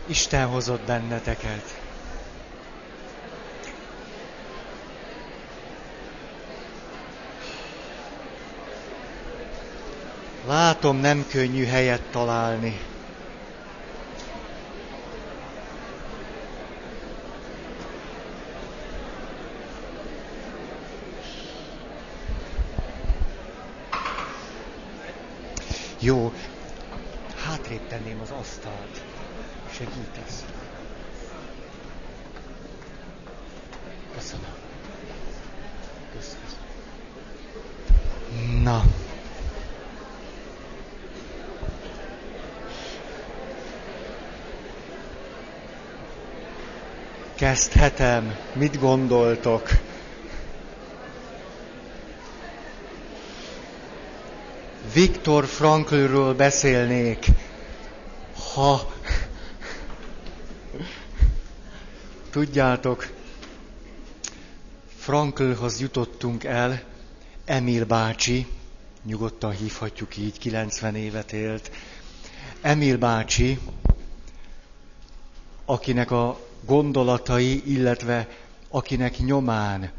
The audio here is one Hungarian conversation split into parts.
Isten hozott benneteket. Látom, nem könnyű helyet találni. Jó, hátrébb tenném az asztalt. Segítesz. Köszönöm. Köszönöm. Na. Kezdhetem. Mit gondoltok? Viktor Franklről beszélnék. Ha tudjátok, Franklhoz jutottunk el, Emil bácsi, nyugodtan hívhatjuk így, 90 évet élt. Emil bácsi, akinek a gondolatai, illetve akinek nyomán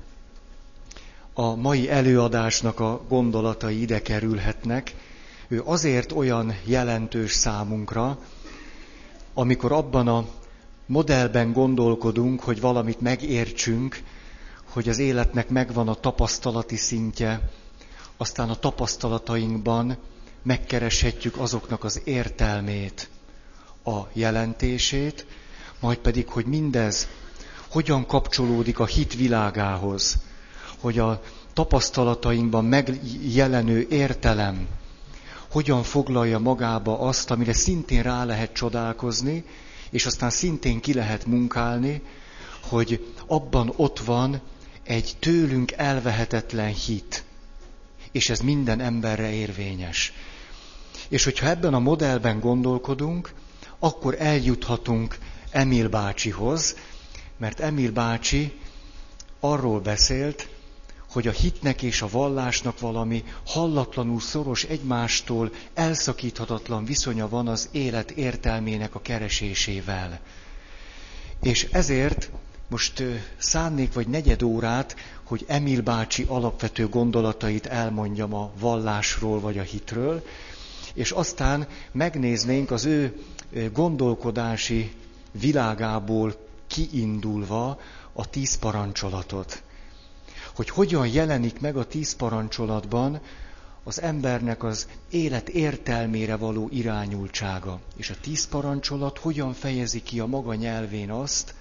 a mai előadásnak a gondolatai ide kerülhetnek, ő azért olyan jelentős számunkra, amikor abban a modellben gondolkodunk, hogy valamit megértsünk, hogy az életnek megvan a tapasztalati szintje, aztán a tapasztalatainkban megkereshetjük azoknak az értelmét, a jelentését, majd pedig, hogy mindez hogyan kapcsolódik a hit világához, hogy a tapasztalatainkban megjelenő értelem hogyan foglalja magába azt, amire szintén rá lehet csodálkozni, és aztán szintén ki lehet munkálni, hogy abban ott van egy tőlünk elvehetetlen hit. És ez minden emberre érvényes. És hogyha ebben a modellben gondolkodunk, akkor eljuthatunk Emil bácsihoz, mert Emil bácsi arról beszélt, hogy a hitnek és a vallásnak valami hallatlanul szoros egymástól elszakíthatatlan viszonya van az élet értelmének a keresésével. És ezért most szánnék vagy negyed órát, hogy Emil bácsi alapvető gondolatait elmondjam a vallásról vagy a hitről, és aztán megnéznénk az ő gondolkodási világából kiindulva a 10 parancsolatot. Hogy hogyan jelenik meg a 10 parancsolatban az embernek az élet értelmére való irányultsága. És a 10 parancsolat hogyan fejezi ki a maga nyelvén azt,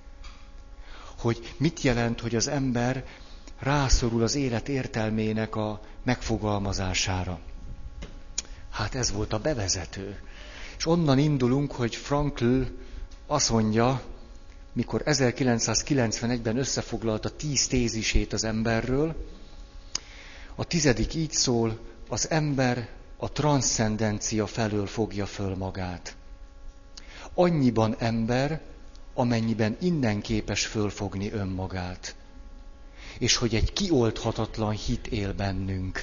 hogy mit jelent, hogy az ember rászorul az élet értelmének a megfogalmazására. Hát ez volt a bevezető. És onnan indulunk, hogy Frankl azt mondja, mikor 1991-ben összefoglalta 10 tézisét az emberről, a 10. így szól, az ember a transzcendencia felől fogja föl magát. Annyiban ember, amennyiben innen képes fölfogni önmagát. És hogy egy kioldhatatlan hit él bennünk.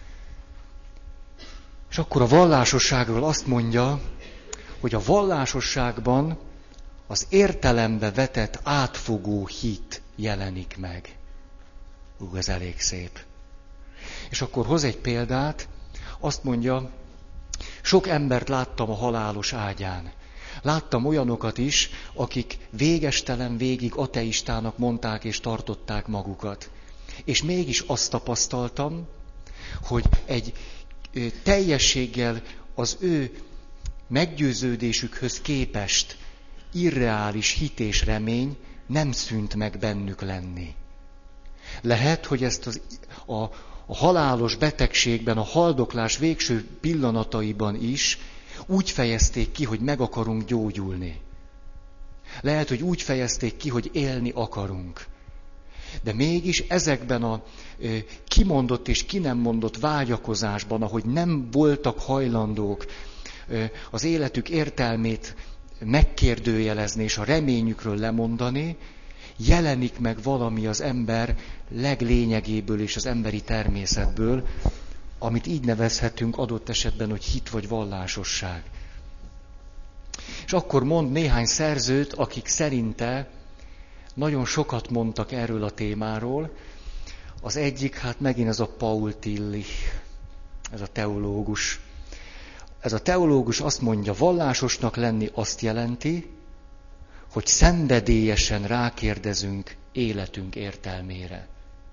És akkor a vallásosságról azt mondja, hogy a vallásosságban az értelembe vetett átfogó hit jelenik meg. Ez elég szép. És akkor hoz egy példát, azt mondja, sok embert láttam a halálos ágyán. Láttam olyanokat is, akik végestelen végig ateistának mondták és tartották magukat. És mégis azt tapasztaltam, hogy egy teljességgel az ő meggyőződésükhöz képest irreális hit és remény nem szűnt meg bennük lenni. Lehet, hogy ezt a halálos betegségben, a haldoklás végső pillanataiban is úgy fejezték ki, hogy meg akarunk gyógyulni. Lehet, hogy úgy fejezték ki, hogy élni akarunk. De mégis ezekben a kimondott és ki nem mondott vágyakozásban, ahogy nem voltak hajlandók az életük értelmét megkérdőjelezni és a reményükről lemondani, jelenik meg valami az ember leglényegéből és az emberi természetből, amit így nevezhetünk adott esetben, hogy hit vagy vallásosság. És És akkor mond néhány szerzőt, akik szerinte nagyon sokat mondtak erről a témáról. Az egyik, hát megint ez a Paul Tillich, ez a teológus. Ez a teológus azt mondja, vallásosnak lenni azt jelenti, hogy szenvedélyesen rákérdezünk életünk értelmére.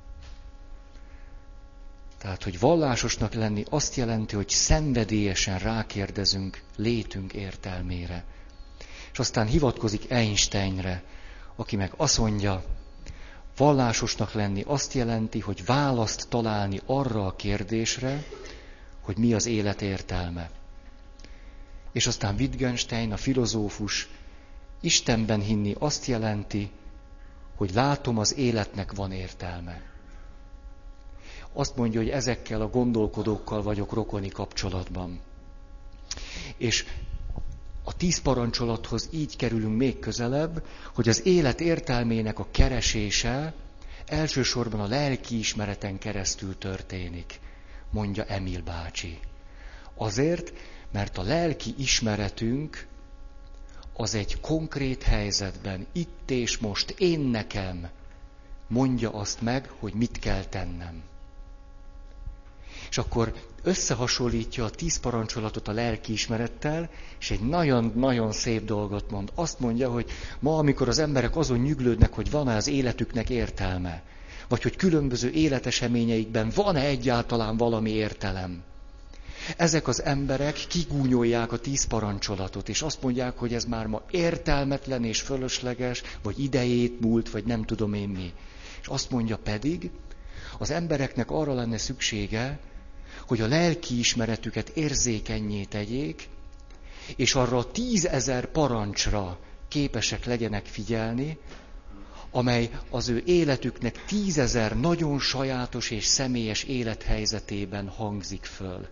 Tehát, hogy vallásosnak lenni azt jelenti, hogy szenvedélyesen rákérdezünk létünk értelmére. És aztán hivatkozik Einsteinre, aki meg azt mondja, vallásosnak lenni azt jelenti, hogy választ találni arra a kérdésre, hogy mi az élet értelme. És aztán Wittgenstein, a filozófus, Istenben hinni azt jelenti, hogy látom, az életnek van értelme. Azt mondja, hogy ezekkel a gondolkodókkal vagyok rokoni kapcsolatban. És a 10 parancsolathoz így kerülünk még közelebb, hogy az élet értelmének a keresése elsősorban a lelkiismereten keresztül történik, mondja Emil bácsi. Azért, mert a lelki ismeretünk az egy konkrét helyzetben, itt és most, én nekem mondja azt meg, hogy mit kell tennem. És akkor összehasonlítja a 10 parancsolatot a lelkiismerettel, és egy nagyon-nagyon szép dolgot mond. Azt mondja, hogy ma, amikor az emberek azon nyüglődnek, hogy van-e az életüknek értelme, vagy hogy különböző életeseményeikben van-e egyáltalán valami értelem, ezek az emberek kigúnyolják a 10 parancsolatot, és azt mondják, hogy ez már ma értelmetlen és fölösleges, vagy idejét múlt, vagy nem tudom én mi. És azt mondja pedig, az embereknek arra lenne szüksége, hogy a lelkiismeretüket érzékennyé tegyék, és arra a 10 000 parancsra képesek legyenek figyelni, amely az ő életüknek 10 000 nagyon sajátos és személyes élethelyzetében hangzik föl.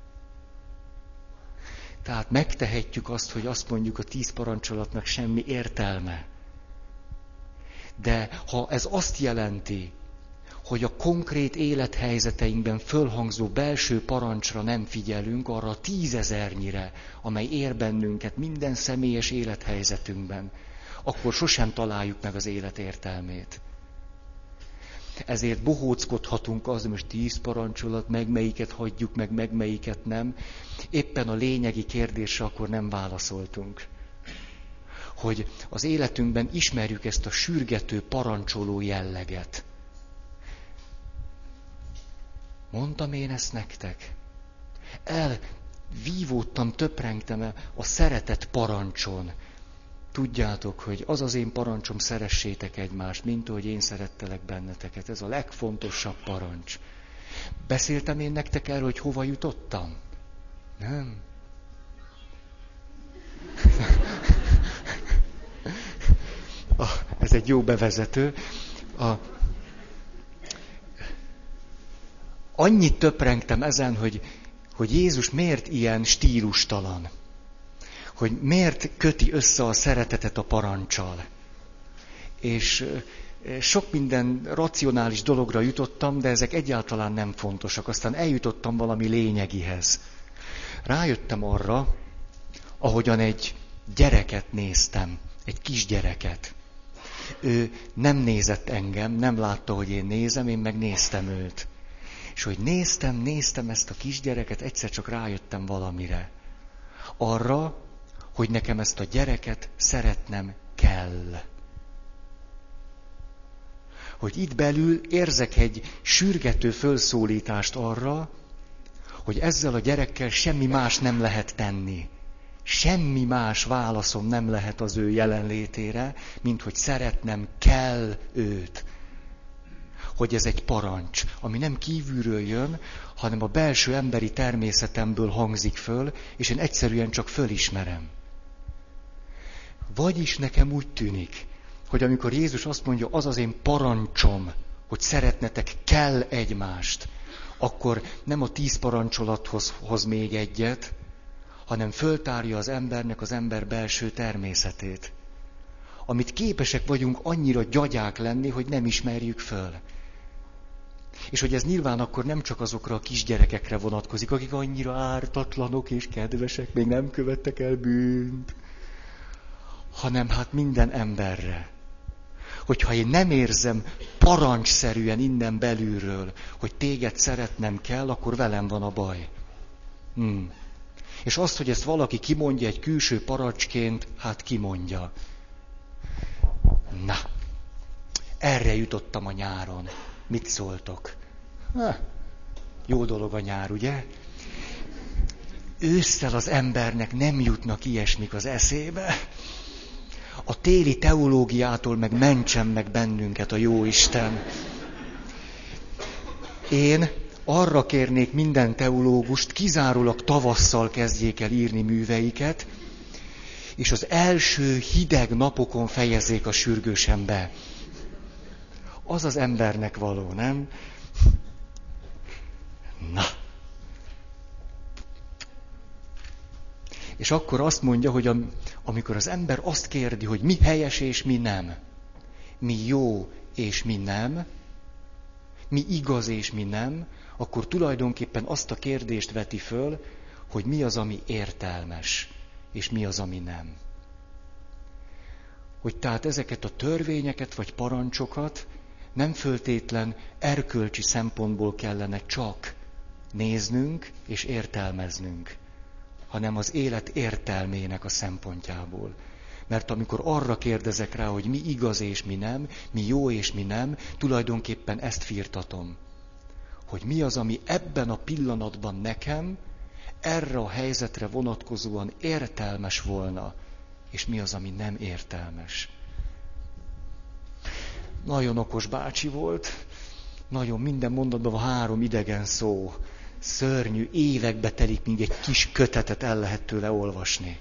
Tehát megtehetjük azt, hogy azt mondjuk, a 10 parancsolatnak semmi értelme. De ha ez azt jelenti, hogy a konkrét élethelyzeteinkben fölhangzó belső parancsra nem figyelünk, arra a 10 000-nyire, amely ér bennünket minden személyes élethelyzetünkben, akkor sosem találjuk meg az élet értelmét. Ezért bohóckodhatunk az, most 10 parancsolat, meg melyiket hagyjuk, meg melyiket nem. Éppen a lényegi kérdésre akkor nem válaszoltunk. Hogy az életünkben ismerjük ezt a sürgető, parancsoló jelleget. Mondtam én ezt nektek? Elvívódtam, töprengtem a szeretet parancson. Tudjátok, hogy az az én parancsom, szeressétek egymást, mint ahogy én szerettelek benneteket. Ez a legfontosabb parancs. Beszéltem én nektek erről, hogy hova jutottam? Nem? Ez egy jó bevezető. Annyit töprengtem ezen, hogy Jézus miért ilyen stílustalan. Hogy miért köti össze a szeretetet a paranccsal. És sok minden racionális dologra jutottam, de ezek egyáltalán nem fontosak. Aztán eljutottam valami lényegihez. Rájöttem arra, ahogyan egy gyereket néztem, egy kisgyereket. Ő nem nézett engem, nem látta, hogy én nézem, én meg néztem őt. És hogy néztem ezt a kisgyereket, egyszer csak rájöttem valamire. Arra, hogy nekem ezt a gyereket szeretnem kell. Hogy itt belül érzek egy sürgető fölszólítást arra, hogy ezzel a gyerekkel semmi más nem lehet tenni. Semmi más válaszom nem lehet az ő jelenlétére, mint hogy szeretnem kell őt. Hogy ez egy parancs, ami nem kívülről jön, hanem a belső emberi természetemből hangzik föl, és én egyszerűen csak fölismerem. Vagyis nekem úgy tűnik, hogy amikor Jézus azt mondja, az az én parancsom, hogy szeretnetek kell egymást, akkor nem a 10 parancsolathoz hoz még egyet, hanem föltárja az embernek az ember belső természetét. Amit képesek vagyunk annyira gyagyák lenni, hogy nem ismerjük föl. És hogy ez nyilván akkor nem csak azokra a kisgyerekekre vonatkozik, akik annyira ártatlanok és kedvesek, még nem követtek el bűnt, hanem hát minden emberre. Hogyha én nem érzem parancsszerűen innen belülről, hogy téged szeretnem kell, akkor velem van a baj. És azt, hogy ezt valaki kimondja egy külső parancsként, hát kimondja. Na, erre jutottam a nyáron. Mit szóltok? Jó dolog a nyár, ugye? Ősszel az embernek nem jutnak ilyesmik az eszébe. A téli teológiától meg mentsen meg bennünket a Jóisten. Én arra kérnék minden teológust, kizárólag tavasszal kezdjék el írni műveiket, és az első hideg napokon fejezzék a sürgősen be. Az az embernek való, nem? Na. És akkor azt mondja, hogy amikor az ember azt kérdi, hogy mi helyes és mi nem, mi jó és mi nem, mi igaz és mi nem, akkor tulajdonképpen azt a kérdést veti föl, hogy mi az, ami értelmes, és mi az, ami nem. Hogy tehát ezeket a törvényeket vagy parancsokat nem föltétlen erkölcsi szempontból kellene csak néznünk és értelmeznünk, hanem az élet értelmének a szempontjából. Mert amikor arra kérdezek rá, hogy mi igaz és mi nem, mi jó és mi nem, tulajdonképpen ezt firtatom. Hogy mi az, ami ebben a pillanatban nekem, erre a helyzetre vonatkozóan értelmes volna, és mi az, ami nem értelmes. Nagyon okos bácsi volt, nagyon minden mondatban van 3 idegen szó. Szörnyű, évekbe telik, míg egy kis kötetet el lehet tőle olvasni.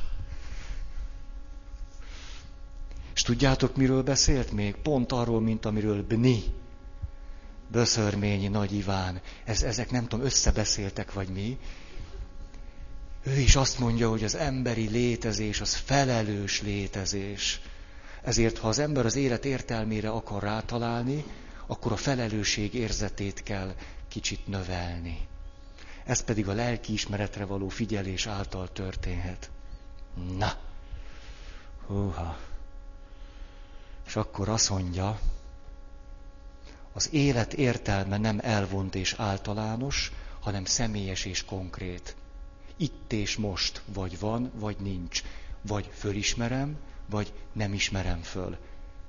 És tudjátok, miről beszélt még? Pont arról, mint amiről Bni, Böszörményi Nagy Iván. Ezek nem tudom, összebeszéltek vagy mi. Ő is azt mondja, hogy az emberi létezés az felelős létezés. Ezért, ha az ember az élet értelmére akar rátalálni, akkor a felelősség érzetét kell kicsit növelni. Ez pedig a lelkiismeretre való figyelés által történhet. Na, húha. És akkor azt mondja, az élet értelme nem elvont és általános, hanem személyes és konkrét. Itt és most vagy van, vagy nincs. Vagy fölismerem, vagy nem ismerem föl.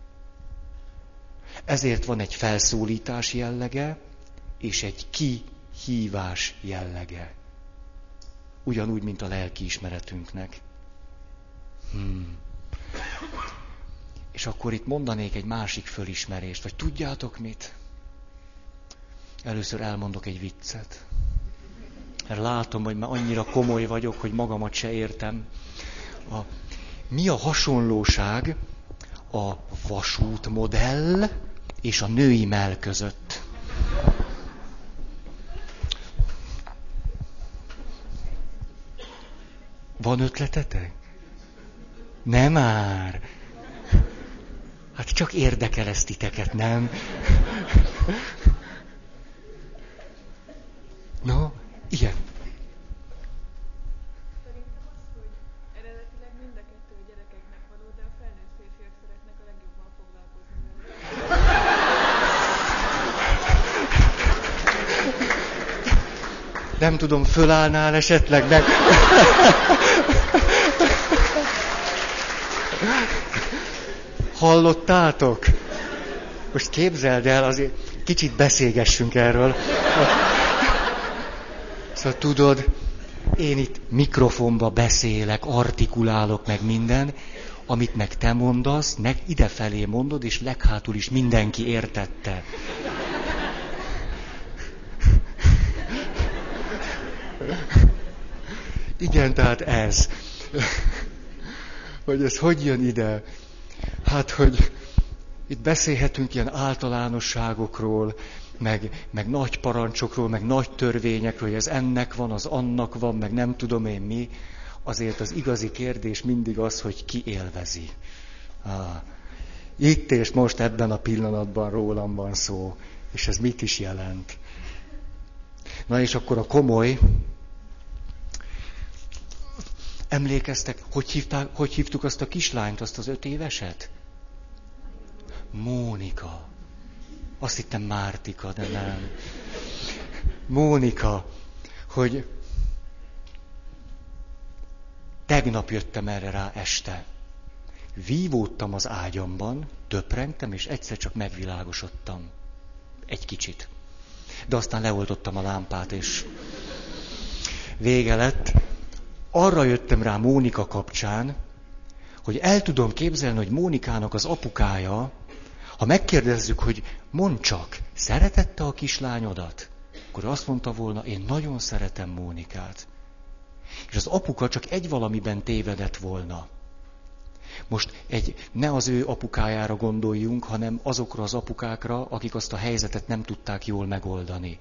Ezért van egy felszólítás jellege, és egy kihívás jellege. Ugyanúgy, mint a lelkiismeretünknek. És akkor itt mondanék egy másik fölismerést, vagy tudjátok mit? Először elmondok egy viccet. Mert látom, hogy már annyira komoly vagyok, hogy magamat se értem. Mi a hasonlóság a vasútmodell és a női mell között? Van ötletetek? Nem már. Hát csak érdekel ezt titeket, nem? No, igen. Szerintem az, hogy eredetileg mind a kettő a gyerekeknek való, de a felnőtt férfiak szeretnek a legjobban foglalkozni vele. Nem tudom, fölállnál esetleg, meg... Hallottátok? Most képzeld el, azért kicsit beszélgessünk erről. Szóval tudod, én itt mikrofonba beszélek, artikulálok meg minden, amit meg te mondasz, meg idefelé mondod, és leghátul is mindenki értette. Igen, tehát ez. Hogy ez hogy jön ide? Hát, hogy itt beszélhetünk ilyen általánosságokról, meg nagy parancsokról, meg nagy törvényekről, hogy ez ennek van, az annak van, meg nem tudom én mi. Azért az igazi kérdés mindig az, hogy ki élvezi. Itt és most ebben a pillanatban rólam van szó, és ez mit is jelent. Na és akkor a komoly, Emlékeztek, hogy hívtuk azt a kislányt, azt az 5 éveset? Mónika. Azt hittem Mártika, de nem. Mónika, hogy tegnap jöttem erre rá este. Vívódtam az ágyamban, töprengtem, és egyszer csak megvilágosodtam. Egy kicsit. De aztán leoltottam a lámpát, és vége lett. Arra jöttem rá Mónika kapcsán, hogy el tudom képzelni, hogy Mónikának az apukája, ha megkérdezzük, hogy mondd csak, szeretette a kislányodat? Akkor azt mondta volna, én nagyon szeretem Mónikát. És az apuka csak egy valamiben tévedett volna. Most ne az ő apukájára gondoljunk, hanem azokra az apukákra, akik azt a helyzetet nem tudták jól megoldani.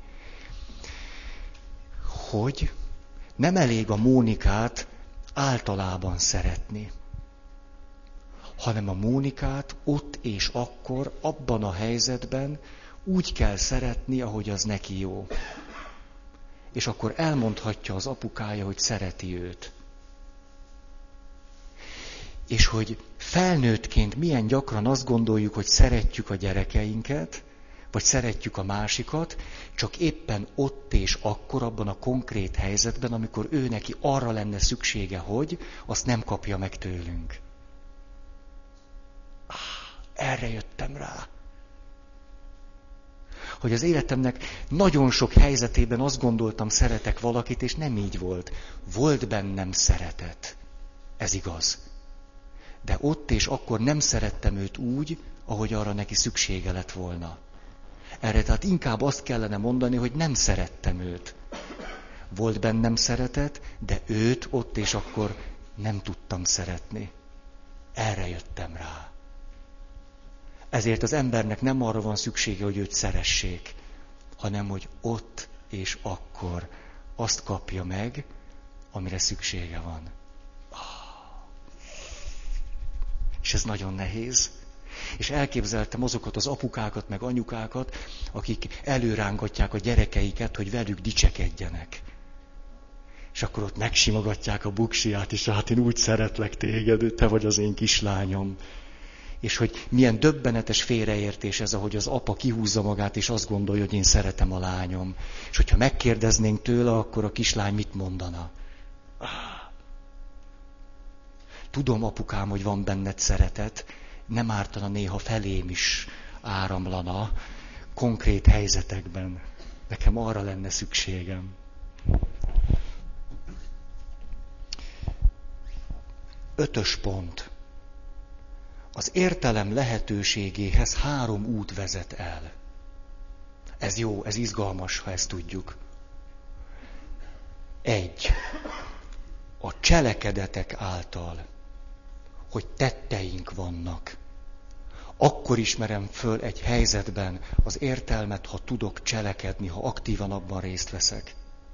Hogy nem elég a Mónikát általában szeretni, hanem a Mónikát ott és akkor, abban a helyzetben úgy kell szeretni, ahogy az neki jó. És akkor elmondhatja az apukája, hogy szereti őt. És hogy felnőttként milyen gyakran azt gondoljuk, hogy szeretjük a gyerekeinket, vagy szeretjük a másikat, csak éppen ott és akkor, abban a konkrét helyzetben, amikor ő neki arra lenne szüksége, hogy azt nem kapja meg tőlünk. Erre jöttem rá. Hogy az életemnek nagyon sok helyzetében azt gondoltam, szeretek valakit, és nem így volt. Volt bennem szeretet. Ez igaz. De ott és akkor nem szerettem őt úgy, ahogy arra neki szüksége lett volna. Erre tehát inkább azt kellene mondani, hogy nem szerettem őt. Volt bennem szeretet, de őt ott és akkor nem tudtam szeretni. Erre jöttem rá. Ezért az embernek nem arra van szüksége, hogy őt szeressék, hanem hogy ott és akkor azt kapja meg, amire szüksége van. És ez nagyon nehéz. És elképzeltem azokat az apukákat, meg anyukákat, akik előrángatják a gyerekeiket, hogy velük dicsekedjenek. És akkor ott megsimogatják a buksiját, és hát én úgy szeretlek téged, te vagy az én kislányom. És hogy milyen döbbenetes félreértés ez, ahogy az apa kihúzza magát, és azt gondolja, hogy én szeretem a lányom. És hogyha megkérdeznénk tőle, akkor a kislány mit mondana? Tudom, apukám, hogy van benned szeretet, nem ártana néha felém is áramlana konkrét helyzetekben. Nekem arra lenne szükségem. Ötös pont. Az értelem lehetőségéhez 3 út vezet el. Ez jó, ez izgalmas, ha ezt tudjuk. 1. A cselekedetek által, hogy tetteink vannak. Akkor ismerem föl egy helyzetben az értelmet, ha tudok cselekedni, ha aktívan abban részt veszek.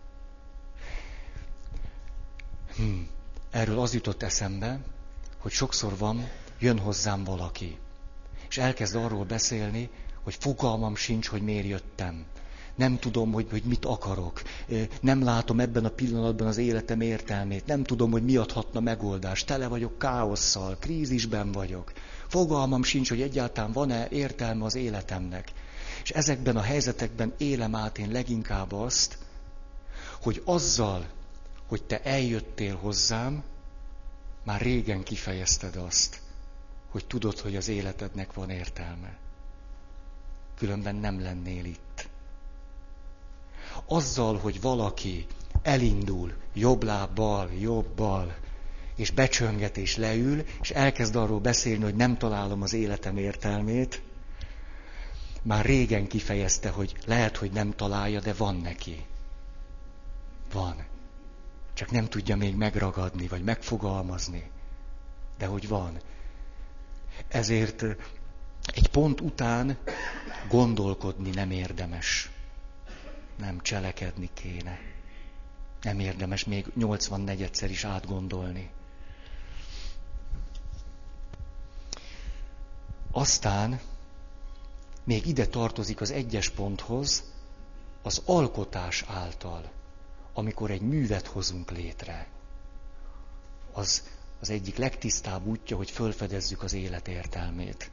Erről az jutott eszembe, hogy sokszor jön hozzám valaki, és elkezd arról beszélni, hogy fogalmam sincs, hogy miért jöttem. Nem tudom, hogy mit akarok. Nem látom ebben a pillanatban az életem értelmét. Nem tudom, hogy mi adhatna megoldást. Tele vagyok káosszal, krízisben vagyok. Fogalmam sincs, hogy egyáltalán van-e értelme az életemnek. És ezekben a helyzetekben élem át én leginkább azt, hogy azzal, hogy te eljöttél hozzám, már régen kifejezted azt, hogy tudod, hogy az életednek van értelme. Különben nem lennél itt. Azzal, hogy valaki elindul jobb lábbal, jobbal, és becsönget és leül, és elkezd arról beszélni, hogy nem találom az életem értelmét, már régen kifejezte, hogy lehet, hogy nem találja, de van neki. Van. Csak nem tudja még megragadni, vagy megfogalmazni. De hogy van. Ezért egy pont után gondolkodni nem érdemes. Nem, cselekedni kéne. Nem érdemes még 84-szer is átgondolni. Aztán még ide tartozik az 1-es ponthoz az alkotás által, amikor egy művet hozunk létre. az egyik legtisztább útja, hogy fölfedezzük az élet értelmét.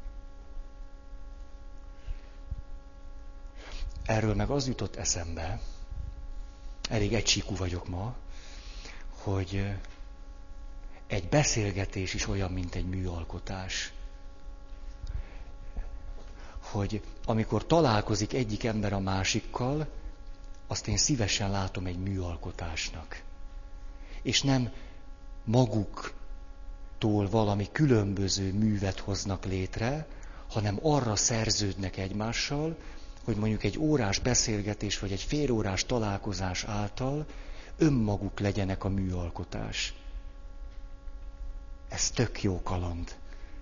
Erről meg az jutott eszembe, elég egysíkú vagyok ma, hogy egy beszélgetés is olyan, mint egy műalkotás. Hogy amikor találkozik egyik ember a másikkal, azt én szívesen látom egy műalkotásnak. És nem maguktól valami különböző művet hoznak létre, hanem arra szerződnek egymással, hogy mondjuk egy órás beszélgetés vagy egy félórás találkozás által önmaguk legyenek a műalkotás. Ez tök jó kaland.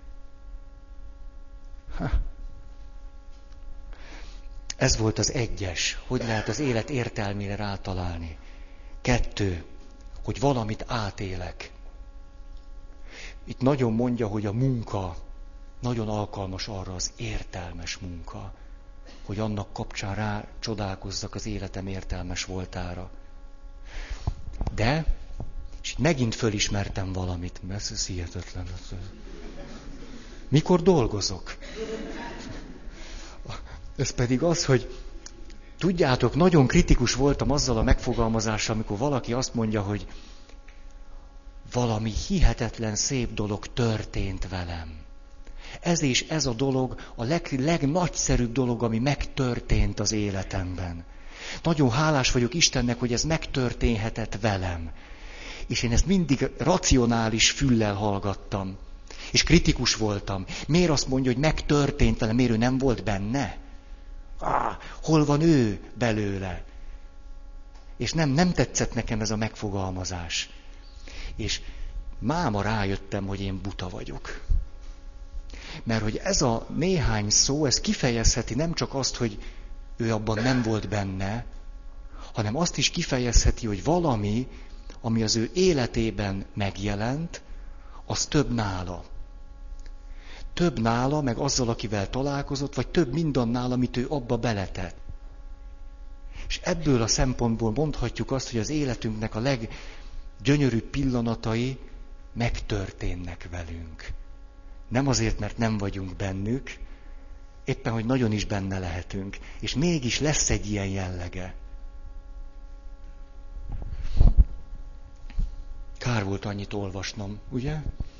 Ez volt az 1, hogy lehet az élet értelmére rátalálni. 2, hogy valamit átélek. Itt nagyon mondja, hogy a munka nagyon alkalmas arra, az értelmes munka, hogy annak kapcsán rá csodálkozzak az életem értelmes voltára. De, és itt megint fölismertem valamit, mert ez hihetetlen. Mikor dolgozok? Ez pedig az, hogy tudjátok, nagyon kritikus voltam azzal a megfogalmazással, amikor valaki azt mondja, hogy valami hihetetlen szép dolog történt velem. Ez és ez a dolog a legnagyszerűbb dolog, ami megtörtént az életemben. Nagyon hálás vagyok Istennek, hogy ez megtörténhetett velem. És én ezt mindig racionális füllel hallgattam. És kritikus voltam. Miért azt mondja, hogy megtörtént velem, miért ő nem volt benne? Hol van ő belőle? És nem tetszett nekem ez a megfogalmazás. És máma rájöttem, hogy én buta vagyok. Mert hogy ez a néhány szó, ez kifejezheti nem csak azt, hogy ő abban nem volt benne, hanem azt is kifejezheti, hogy valami, ami az ő életében megjelent, az több nála. Több nála, meg azzal, akivel találkozott, vagy több mindannál, amit ő abba beletett. És ebből a szempontból mondhatjuk azt, hogy az életünknek a leggyönyörűbb pillanatai megtörténnek velünk. Nem azért, mert nem vagyunk bennük, éppen, hogy nagyon is benne lehetünk. És mégis lesz egy ilyen jellege. Kár volt annyit olvasnom, ugye?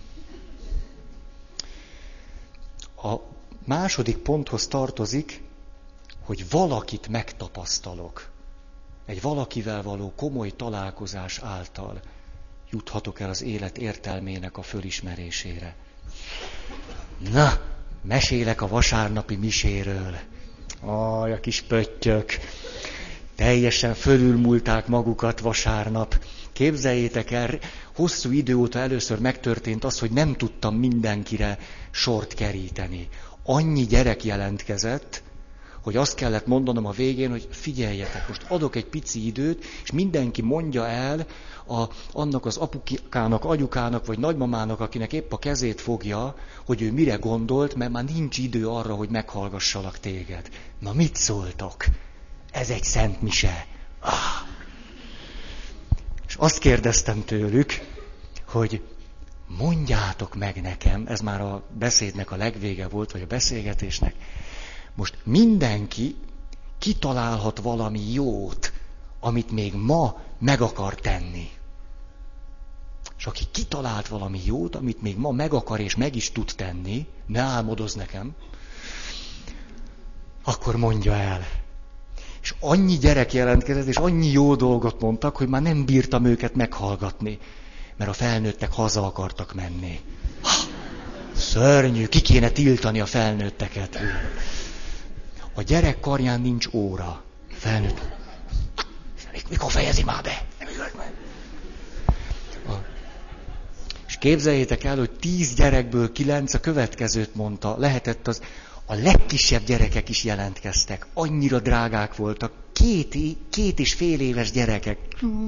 A második ponthoz tartozik, hogy valakit megtapasztalok. Egy valakivel való komoly találkozás által juthatok el az élet értelmének a fölismerésére. Na, mesélek a vasárnapi miséről. A kis pöttyök. Teljesen fölülmúlták magukat vasárnap. Képzeljétek el, hosszú idő óta először megtörtént az, hogy nem tudtam mindenkire sort keríteni. Annyi gyerek jelentkezett, hogy azt kellett mondanom a végén, hogy figyeljetek, most adok egy pici időt, és mindenki mondja el annak az apukának, anyukának, vagy nagymamának, akinek épp a kezét fogja, hogy ő mire gondolt, mert már nincs idő arra, hogy meghallgassalak téged. Na mit szóltok? Ez egy szent mise. És azt kérdeztem tőlük, hogy mondjátok meg nekem, ez már a beszédnek a legvége volt, vagy a beszélgetésnek, most mindenki kitalálhat valami jót, amit még ma meg akar tenni. És aki kitalált valami jót, amit még ma meg akar és meg is tud tenni, ne álmodozz nekem, akkor mondja el. És annyi gyerek jelentkezett, és annyi jó dolgot mondtak, hogy már nem bírtam őket meghallgatni, mert a felnőttek haza akartak menni. Szörnyű, ki kéne tiltani a felnőtteket. A gyerek karján nincs óra. Felnőtt. Mikor fejezi már be? És képzeljétek el, hogy 10 gyerekből 9 a következőt mondta. Lehetett a legkisebb gyerekek is jelentkeztek. Annyira drágák voltak. 2,5 éves gyerekek.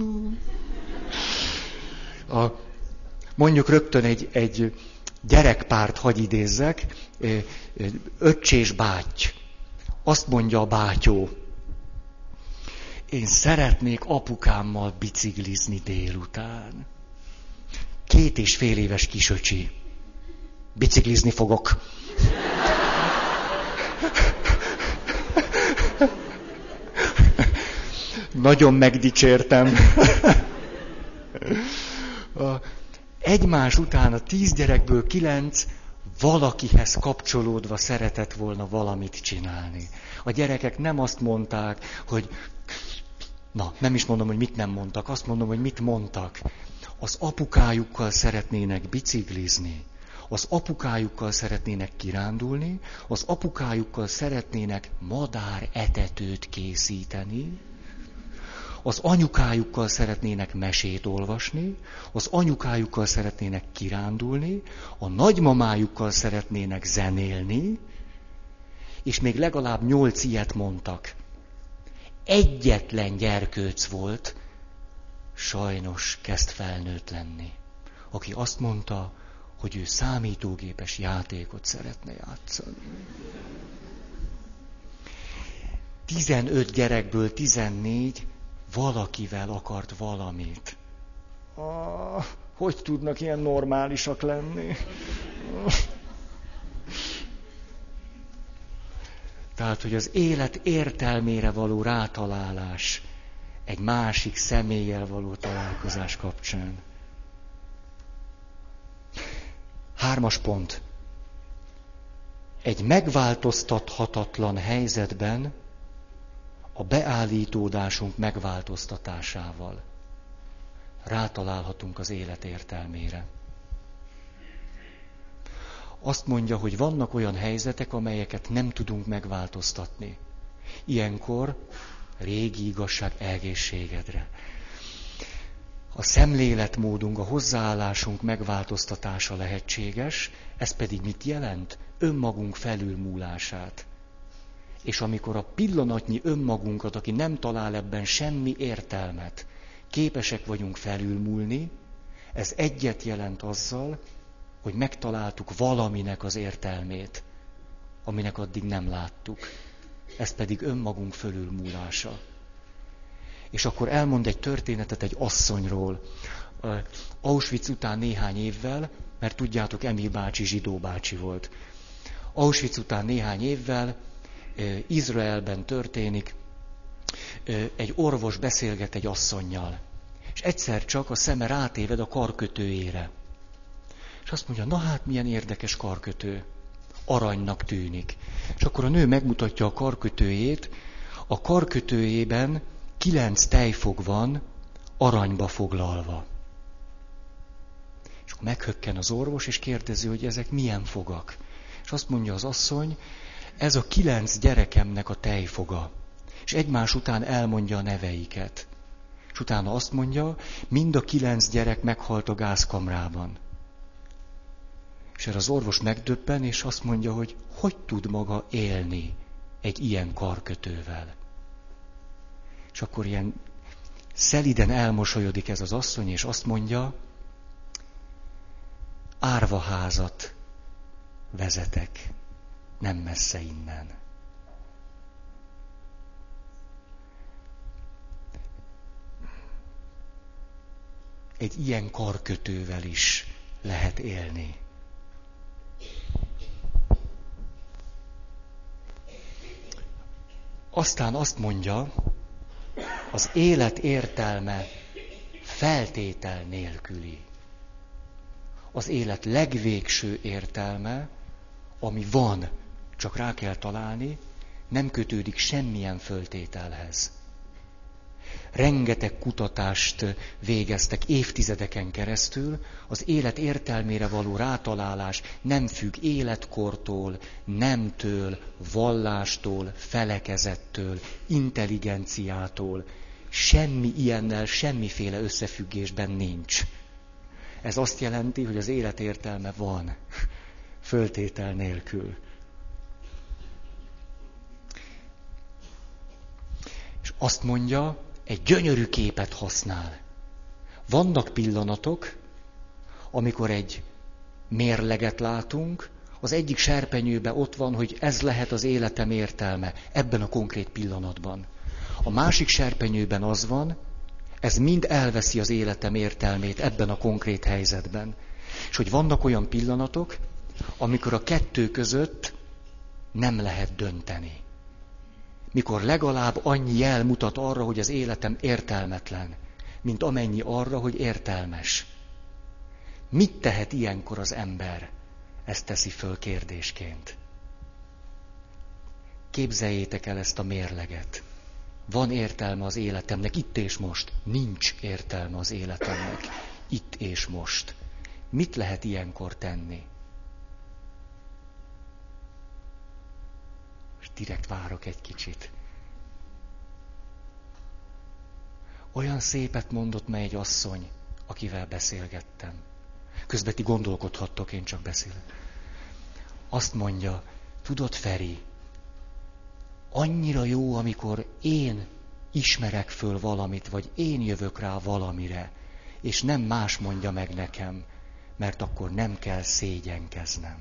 Mondjuk rögtön egy gyerekpárt hagy idézzek. Öccsés báty. Azt mondja a bátyó. Én szeretnék apukámmal biciklizni délután. 2,5 éves kisöcsi. Biciklizni fogok. Nagyon megdicsértem. Egymás után a 10 gyerekből 9 valakihez kapcsolódva szeretett volna valamit csinálni. A gyerekek nem azt mondták, hogy... nem is mondom, hogy mit nem mondtak, azt mondom, hogy mit mondtak. Az apukájukkal szeretnének biciklizni, az apukájukkal szeretnének kirándulni, az apukájukkal szeretnének madáretetőt készíteni, az anyukájukkal szeretnének mesét olvasni, az anyukájukkal szeretnének kirándulni, a nagymamájukkal szeretnének zenélni, és még legalább 8 ilyet mondtak. Egyetlen gyerkőc volt, sajnos kezd felnőtt lenni, aki azt mondta, hogy ő számítógépes játékot szeretne játszani. 15 gyerekből 14 valakivel akart valamit. Hogy tudnak ilyen normálisak lenni? Tehát, hogy az élet értelmére való rátalálás egy másik személlyel való találkozás kapcsán. 3. pont. Egy megváltoztathatatlan helyzetben a beállítódásunk megváltoztatásával rátalálhatunk az élet értelmére. Azt mondja, hogy vannak olyan helyzetek, amelyeket nem tudunk megváltoztatni. Ilyenkor régi igazság egészségedre. A szemléletmódunk, a hozzáállásunk megváltoztatása lehetséges, ez pedig mit jelent? Önmagunk felülmúlását. És amikor a pillanatnyi önmagunkat, aki nem talál ebben semmi értelmet, képesek vagyunk felülmúlni, ez egyet jelent azzal, hogy megtaláltuk valaminek az értelmét, aminek addig nem láttuk. Ez pedig önmagunk fölülmúlása. És akkor elmond egy történetet egy asszonyról. Auschwitz után néhány évvel, mert tudjátok, Emil bácsi zsidó bácsi volt. Auschwitz után néhány évvel Izraelben történik, egy orvos beszélget egy asszonnyal. És egyszer csak a szeme rátéved a karkötőjére. És azt mondja, na hát milyen érdekes karkötő. Aranynak tűnik. És akkor a nő megmutatja a karkötőjét, a karkötőjében 9 tejfog van, aranyba foglalva. És akkor meghökken az orvos, és kérdezi, hogy ezek milyen fogak. És azt mondja az asszony, ez a 9 gyerekemnek a tejfoga. És egymás után elmondja a neveiket. És utána azt mondja, mind a 9 gyerek meghalt a gázkamrában. És erre az orvos megdöbben, és azt mondja, hogy tud maga élni egy ilyen karkötővel. És akkor ilyen szeliden elmosolyodik ez az asszony, és azt mondja, árvaházat vezetek, nem messze innen. Egy ilyen karkötővel is lehet élni. Aztán azt mondja, az élet értelme feltétel nélküli. Az élet legvégső értelme, ami van, csak rá kell találni, nem kötődik semmilyen föltételhez. Rengeteg kutatást végeztek évtizedeken keresztül, az élet értelmére való rátalálás nem függ életkortól, nemtől, vallástól, felekezettől, intelligenciától. Semmi ilyennel, semmiféle összefüggésben nincs. Ez azt jelenti, hogy az élet értelme van, föltétel nélkül. És azt mondja, egy gyönyörű képet használ. Vannak pillanatok, amikor egy mérleget látunk, az egyik serpenyőben ott van, hogy ez lehet az életem értelme, ebben a konkrét pillanatban. A másik serpenyőben az van, Ez mind elveszi az életem értelmét ebben a konkrét helyzetben. És hogy vannak olyan pillanatok, amikor a kettő között nem lehet dönteni. Mikor legalább annyi jel mutat arra, hogy az életem értelmetlen, mint amennyi arra, hogy értelmes. Mit tehet ilyenkor az ember? Ezt teszi föl kérdésként. Képzeljétek el ezt a mérleget. Van értelme az életemnek itt és most. Nincs értelme az életemnek itt és most. Mit lehet ilyenkor tenni? Most direkt várok egy kicsit. Olyan szépet mondott meg egy asszony, akivel beszélgettem. Közben ti gondolkodhattok, én csak beszélek. Azt mondja, tudod, Feri, annyira jó, amikor én ismerek föl valamit, vagy én jövök rá valamire, és nem más mondja meg nekem, mert akkor nem kell szégyenkeznem.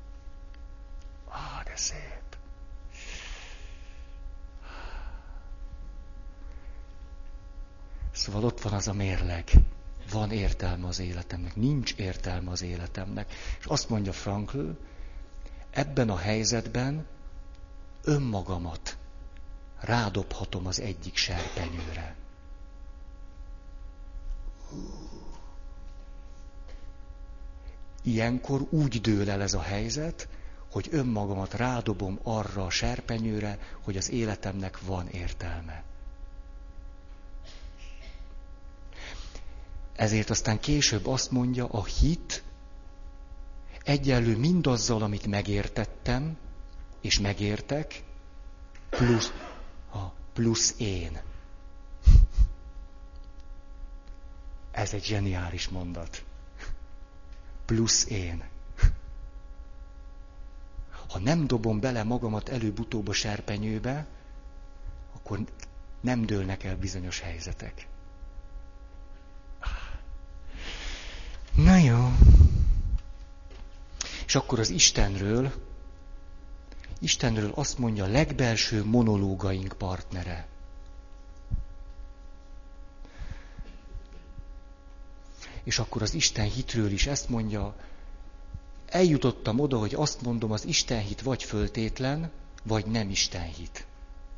De szép. Szóval ott van az a mérleg. Van értelme az életemnek, nincs értelme az életemnek. És azt mondja Frankl, ebben a helyzetben önmagamat rádobhatom az egyik serpenyőre. Ilyenkor úgy dől el ez a helyzet, hogy önmagamat rádobom arra a serpenyőre, hogy az életemnek van értelme. Ezért aztán később azt mondja, a hit egyenlő mindazzal, amit megértettem, és megértek, plusz én. Ez egy zseniális mondat. Plusz én. Ha nem dobom bele magamat előbb-utóbb a serpenyőbe, akkor nem dőlnek el bizonyos helyzetek. Na jó. És akkor az Istenről azt mondja, a legbelső monológaink partnere. És akkor az Isten hitről is ezt mondja, eljutottam oda, hogy azt mondom, az Isten hit vagy föltétlen, vagy nem Isten hit.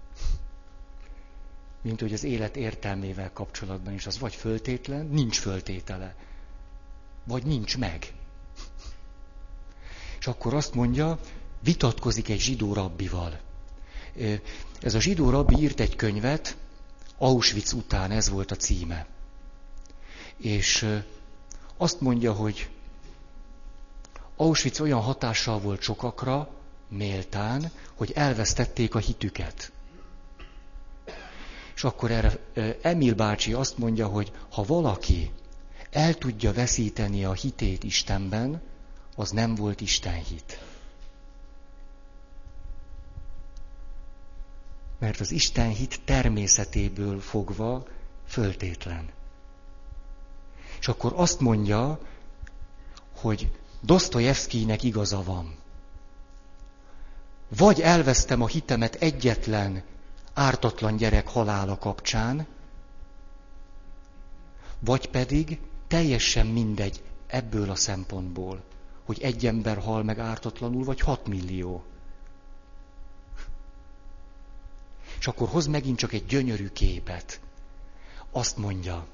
Mint hogy az élet értelmével kapcsolatban is az vagy föltétlen, nincs föltétele, vagy nincs meg. És akkor azt mondja, vitatkozik egy zsidó rabbival. Ez a zsidó rabbi írt egy könyvet, Auschwitz után, ez volt a címe. És azt mondja, hogy Auschwitz olyan hatással volt sokakra, méltán, hogy elvesztették a hitüket. És akkor erre Emil bácsi azt mondja, hogy ha valaki el tudja veszíteni a hitét Istenben, az nem volt istenhit. Mert az istenhit természetéből fogva föltétlen. És akkor azt mondja, hogy Dosztojevszkijnek igaza van. Vagy elvesztem a hitemet egyetlen ártatlan gyerek halála kapcsán, vagy pedig teljesen mindegy ebből a szempontból, hogy egy ember hal meg ártatlanul, vagy 6 millió. És akkor hoz megint csak egy gyönyörű képet. Azt mondja,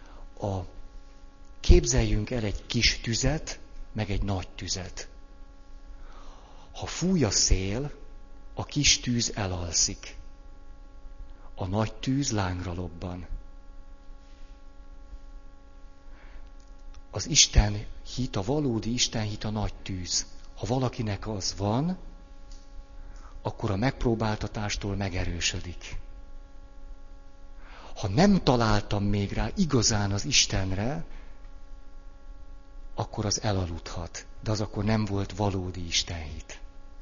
képzeljünk el egy kis tüzet, meg egy nagy tüzet. Ha fúj a szél, a kis tűz elalszik. A nagy tűz lángra lobban. Az Isten hit, a valódi Isten hit a nagy tűz. Ha valakinek az van, akkor a megpróbáltatástól megerősödik. Ha nem találtam még rá igazán az Istenre, akkor az elaludhat. De az akkor nem volt valódi istenhit.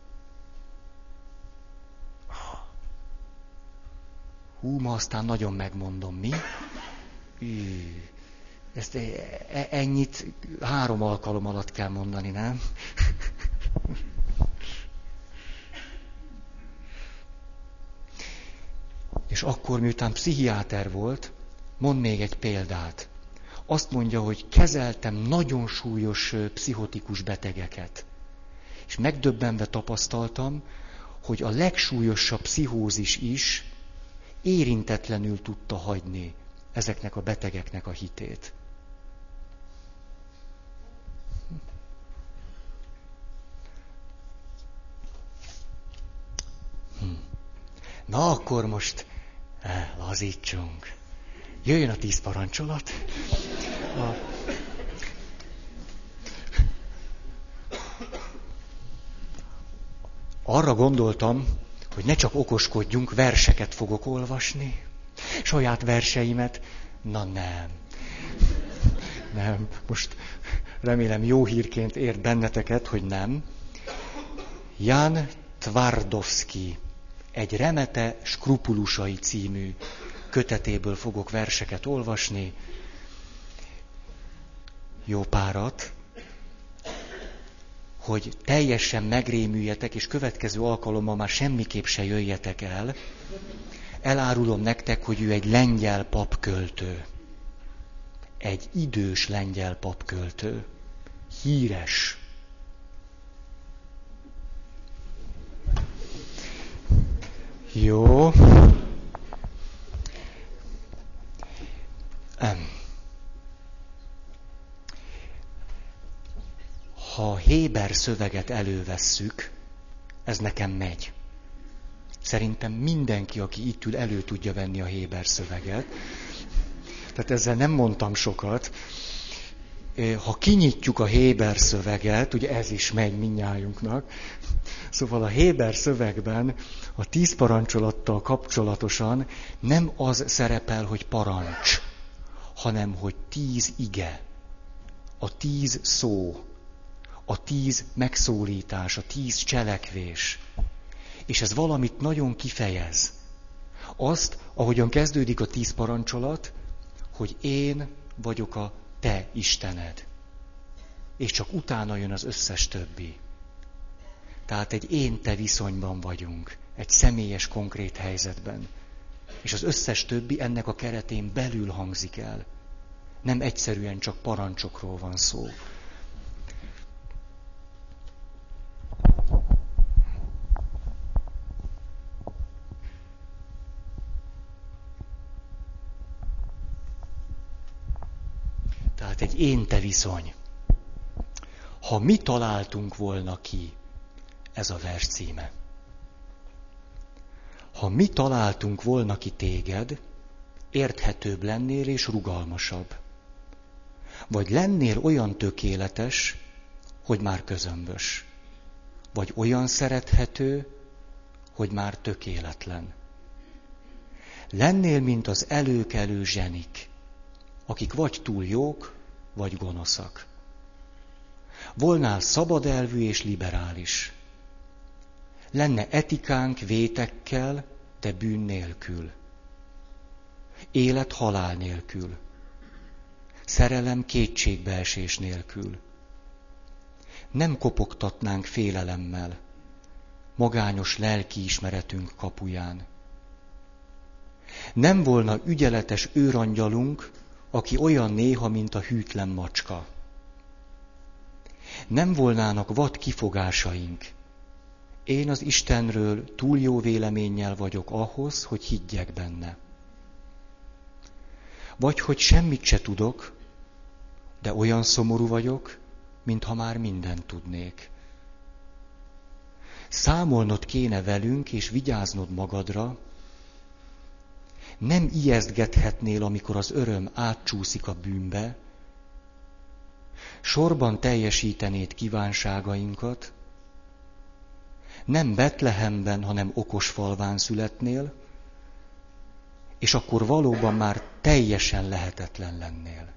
Ma aztán nagyon megmondom, mi? Ezt ennyit 3 alkalom alatt kell mondani, nem? És akkor, miután pszichiáter volt, Mond még egy példát. Azt mondja, hogy kezeltem nagyon súlyos pszichotikus betegeket. És megdöbbenve tapasztaltam, hogy a legsúlyosabb pszichózis is érintetlenül tudta hagyni ezeknek a betegeknek a hitét. Na akkor most lazítsunk. Jöjjön a 10 parancsolat. Arra gondoltam, hogy ne csak okoskodjunk, verseket fogok olvasni. Saját verseimet. Na nem. Nem. Most remélem jó hírként ért benneteket, hogy nem. Jan Twardowski egy Remete skrupulusai című kötetéből fogok verseket olvasni. Jó párat. Hogy teljesen megrémüljetek, és következő alkalommal már semmiképp se jöjjetek el. Elárulom nektek, hogy ő egy lengyel papköltő. Egy idős lengyel papköltő. Híres. Jó. Ha a Héber szöveget elővesszük, ez nekem megy. Szerintem mindenki, aki itt ül, elő tudja venni a Héber szöveget. Tehát ezzel nem mondtam sokat. Ha kinyitjuk a Héber szöveget, ugye ez is megy mindnyájunknak, szóval a Héber szövegben a 10 parancsolattal kapcsolatosan nem az szerepel, hogy parancs, hanem hogy 10 ige, a 10 szó, a 10 megszólítás, a 10 cselekvés. És ez valamit nagyon kifejez. Azt, ahogyan kezdődik a 10 parancsolat, hogy én vagyok a te Istened. És csak utána jön az összes többi. Tehát egy én-te viszonyban vagyunk, egy személyes, konkrét helyzetben. És az összes többi ennek a keretén belül hangzik el. Nem egyszerűen csak parancsokról van szó. Tehát egy én-te viszony. Ha mi találtunk volna ki, ez a vers címe. Ha mi találtunk volna ki téged, érthetőbb lennél és rugalmasabb. Vagy lennél olyan tökéletes, hogy már közömbös. Vagy olyan szerethető, hogy már tökéletlen. Lennél, mint az előkelő zsenik, akik vagy túl jók, vagy gonoszak. Volnál szabadelvű és liberális. Lenne etikánk vétekkel, de bűn nélkül. Élet halál nélkül. Szerelem kétségbeesés nélkül. Nem kopogtatnánk félelemmel, magányos lelkiismeretünk kapuján. Nem volna ügyeletes őrangyalunk, aki olyan néha, mint a hűtlen macska. Nem volnának vad kifogásaink. Én az Istenről túl jó véleménnyel vagyok ahhoz, hogy higgyek benne. Vagy hogy semmit se tudok, de olyan szomorú vagyok, mintha már mindent tudnék. Számolnod kéne velünk, és vigyáznod magadra. Nem ijesztgethetnél, amikor az öröm átcsúszik a bűnbe. Sorban teljesítenéd kívánságainkat. Nem Betlehemben, hanem Okosfalván születnél, és akkor valóban már teljesen lehetetlen lennél.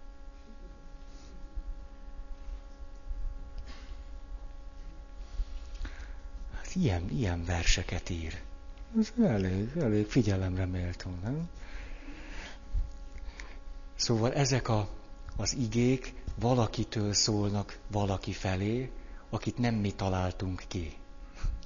Hát ilyen verseket ír. Ez elég figyelemre méltó, nem? Szóval ezek az igék valakitől szólnak valaki felé, akit nem mi találtunk ki.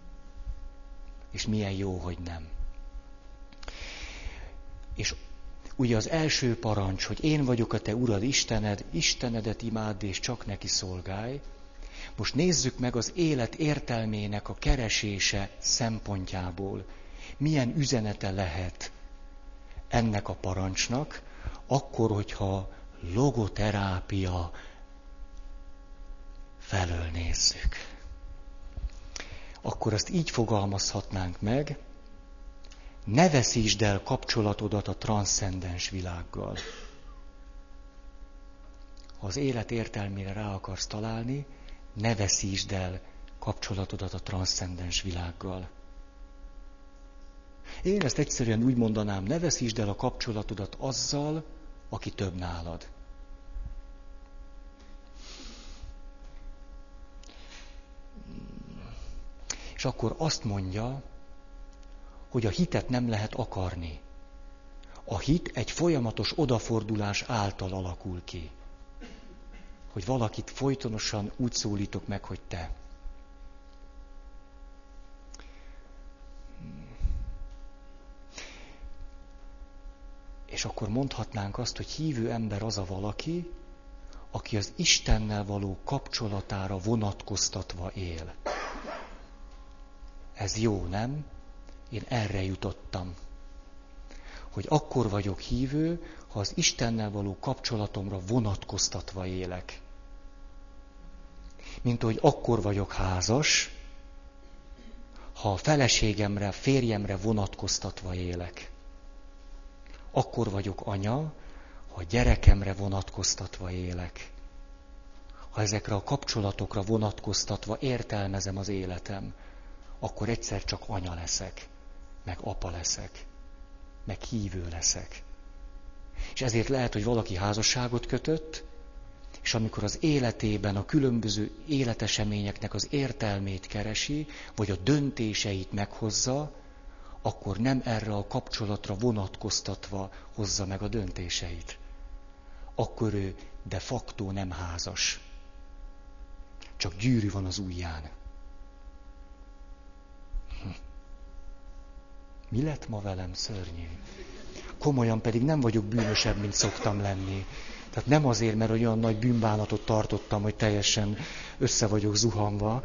És milyen jó, hogy nem. És Ugye az első parancs, hogy én vagyok a te Urad Istened, Istenedet imádd és csak neki szolgálj. Most nézzük meg az élet értelmének a keresése szempontjából. Milyen üzenete lehet ennek a parancsnak, akkor, hogyha logoterápia felől nézzük. Akkor azt így fogalmazhatnánk meg, ne veszítsd el kapcsolatodat a transzcendens világgal. Ha az élet értelmére rá akarsz találni, ne veszítsd el kapcsolatodat a transzcendens világgal. Én ezt egyszerűen úgy mondanám, ne veszítsd el a kapcsolatodat azzal, aki több nálad. És akkor azt mondja, hogy a hitet nem lehet akarni. A hit egy folyamatos odafordulás által alakul ki. Hogy valakit folytonosan úgy szólítok meg, hogy te. És akkor mondhatnánk azt, hogy hívő ember az a valaki, aki az Istennel való kapcsolatára vonatkoztatva él. Ez jó, nem? Én erre jutottam. Hogy akkor vagyok hívő, ha az Istennel való kapcsolatomra vonatkoztatva élek. Mint hogy akkor vagyok házas, ha a feleségemre, férjemre vonatkoztatva élek. Akkor vagyok anya, ha a gyerekemre vonatkoztatva élek. Ha ezekre a kapcsolatokra vonatkoztatva értelmezem az életem, akkor egyszer csak anya leszek, meg apa leszek, meg hívő leszek. És ezért lehet, hogy valaki házasságot kötött, és amikor az életében a különböző életeseményeknek az értelmét keresi, vagy a döntéseit meghozza, akkor nem erre a kapcsolatra vonatkoztatva hozza meg a döntéseit. Akkor ő de facto nem házas. Csak gyűrű van az ujján. Mi lett ma velem, szörnyű? Komolyan pedig nem vagyok bűnösebb, mint szoktam lenni. Tehát nem azért, mert olyan nagy bűnbánatot tartottam, hogy teljesen össze vagyok zuhanva.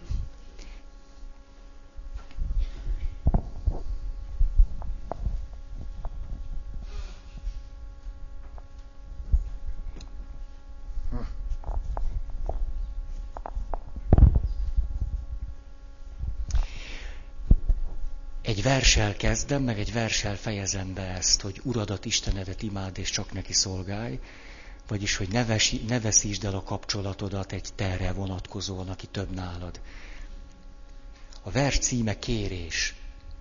Egy verssel kezdem, meg egy verssel fejezem be ezt, hogy Uradat, Istenedet imádd és csak neki szolgálj, vagyis, hogy ne veszítsd el a kapcsolatodat egy terre vonatkozóan, aki több nálad. A vers címe kérés.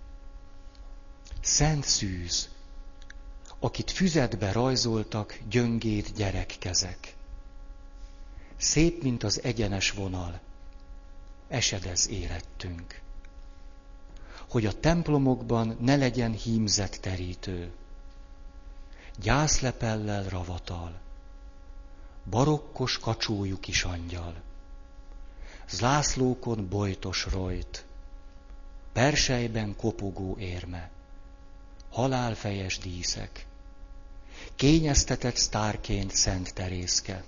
Szent szűz, akit füzetbe rajzoltak gyöngéd gyerekkezek. Szép, mint az egyenes vonal, esedez érettünk. Hogy a templomokban ne legyen hímzett terítő, gyászlepellel ravatal, barokkos kacsójú kis angyal, zászlókon bojtos rojt, perselyben kopogó érme, halálfejes díszek, kényeztetett sztárként Szent Terézke.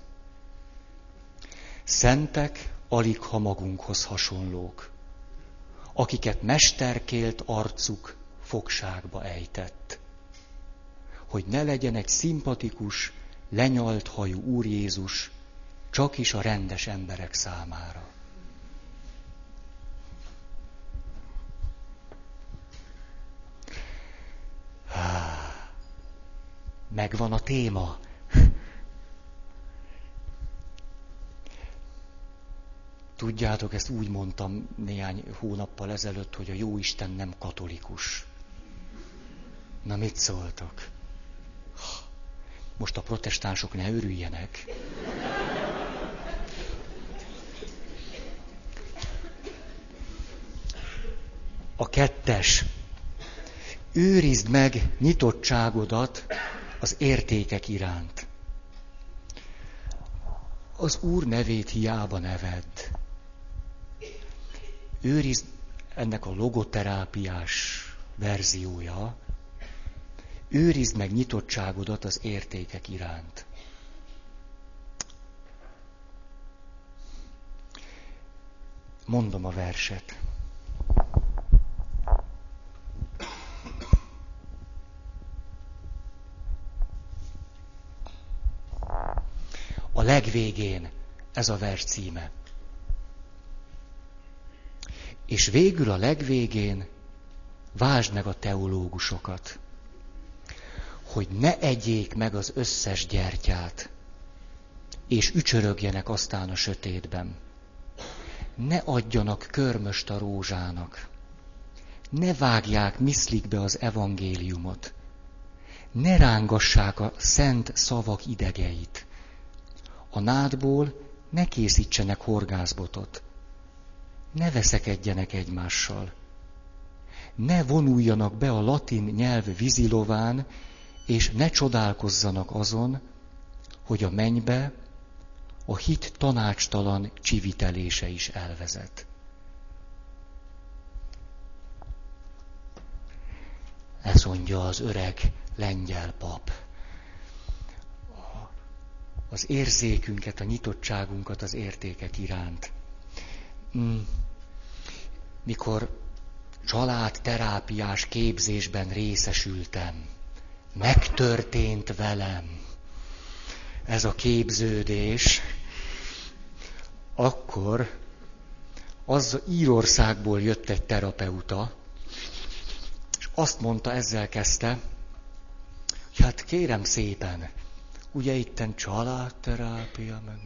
Szentek aligha magunkhoz hasonlók, akiket mesterkélt arcuk fogságba ejtett. Hogy ne legyen egy szimpatikus, lenyalt hajú Úr Jézus, csak is a rendes emberek számára. Megvan a téma. Tudjátok, ezt úgy mondtam néhány hónappal ezelőtt, hogy a Jóisten nem katolikus. Na, mit szóltok? Most a protestánsok ne örüljenek. A 2. Őrizd meg nyitottságodat az értékek iránt. Az Úr nevét hiába nevedd. Őrizd, ennek a logoterápiás verziója, őrizd meg nyitottságodat az értékek iránt. Mondom a verset. A legvégén ez a vers címe. És végül a legvégén vásd meg a teológusokat, hogy ne egyék meg az összes gyertyát, és ücsörögjenek aztán a sötétben. Ne adjanak körmöst a rózsának, ne vágják miszlikbe az evangéliumot, ne rángassák a szent szavak idegeit, a nádból ne készítsenek horgászbotot, ne veszekedjenek egymással, ne vonuljanak be a latin nyelv vízilován, és ne csodálkozzanak azon, hogy a mennybe a hit tanácstalan csivitelése is elvezet. Ezt mondja az öreg lengyel pap. Az érzékünket, a nyitottságunkat az értékek iránt. Mikor családterápiás képzésben részesültem, megtörtént velem ez a képződés, akkor az Írországból jött egy terapeuta, és azt mondta, ezzel kezdte, hogy hát kérem szépen, ugye itten családterápia, meg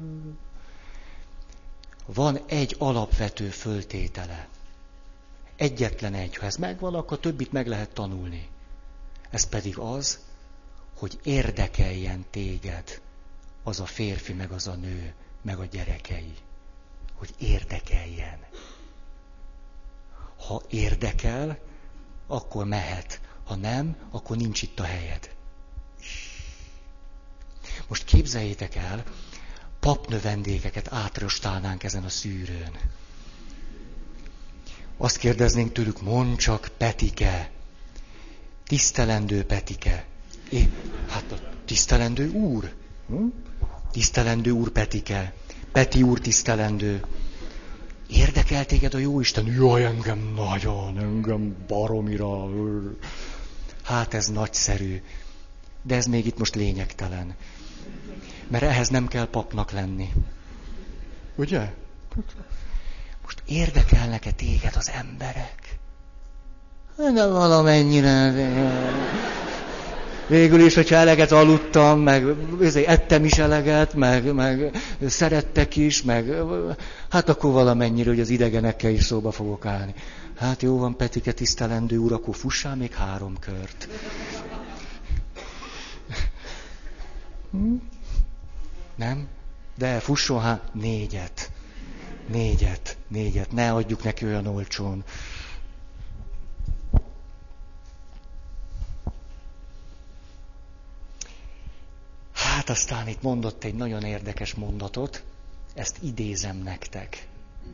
van egy alapvető föltétele. Egyetlen egy, ha ez megvan, akkor többit meg lehet tanulni. Ez pedig az, hogy érdekeljen téged az a férfi, meg az a nő, meg a gyerekei. Hogy érdekeljen. Ha érdekel, akkor mehet. Ha nem, akkor nincs itt a helyed. Most képzeljétek el, papnövendékeket átrostálnánk ezen a szűrőn. Azt kérdeznénk tőlük, mondd csak, Petike, tisztelendő Petike. Hát a tisztelendő úr. Tisztelendő úr Petike. Peti úr tisztelendő. Érdekel téged a Jóisten? Jaj, engem nagyon, engem baromira. Hát ez nagyszerű. De ez még itt most lényegtelen. Mert ehhez nem kell papnak lenni. Ugye? Most érdekelnek-e téged az emberek? De valamennyire. Végül is, hogyha eleget aludtam, meg ettem is eleget, meg szerettek is, meg hát akkor valamennyire, hogy az idegenekkel is szóba fogok állni. Hát jó van, Petike tisztelendő úr, akkor fussál még 3 kört. Nem? De fusson 4. 4. Ne adjuk neki olyan olcsón. Hát aztán itt mondott egy nagyon érdekes mondatot, ezt idézem nektek.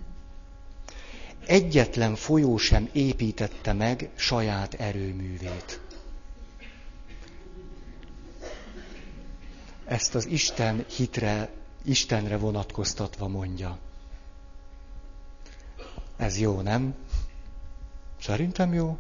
Egyetlen folyó sem építette meg saját erőművét. Ezt az Isten hitre, Istenre vonatkoztatva mondja. Ez jó, nem? Szerintem jó.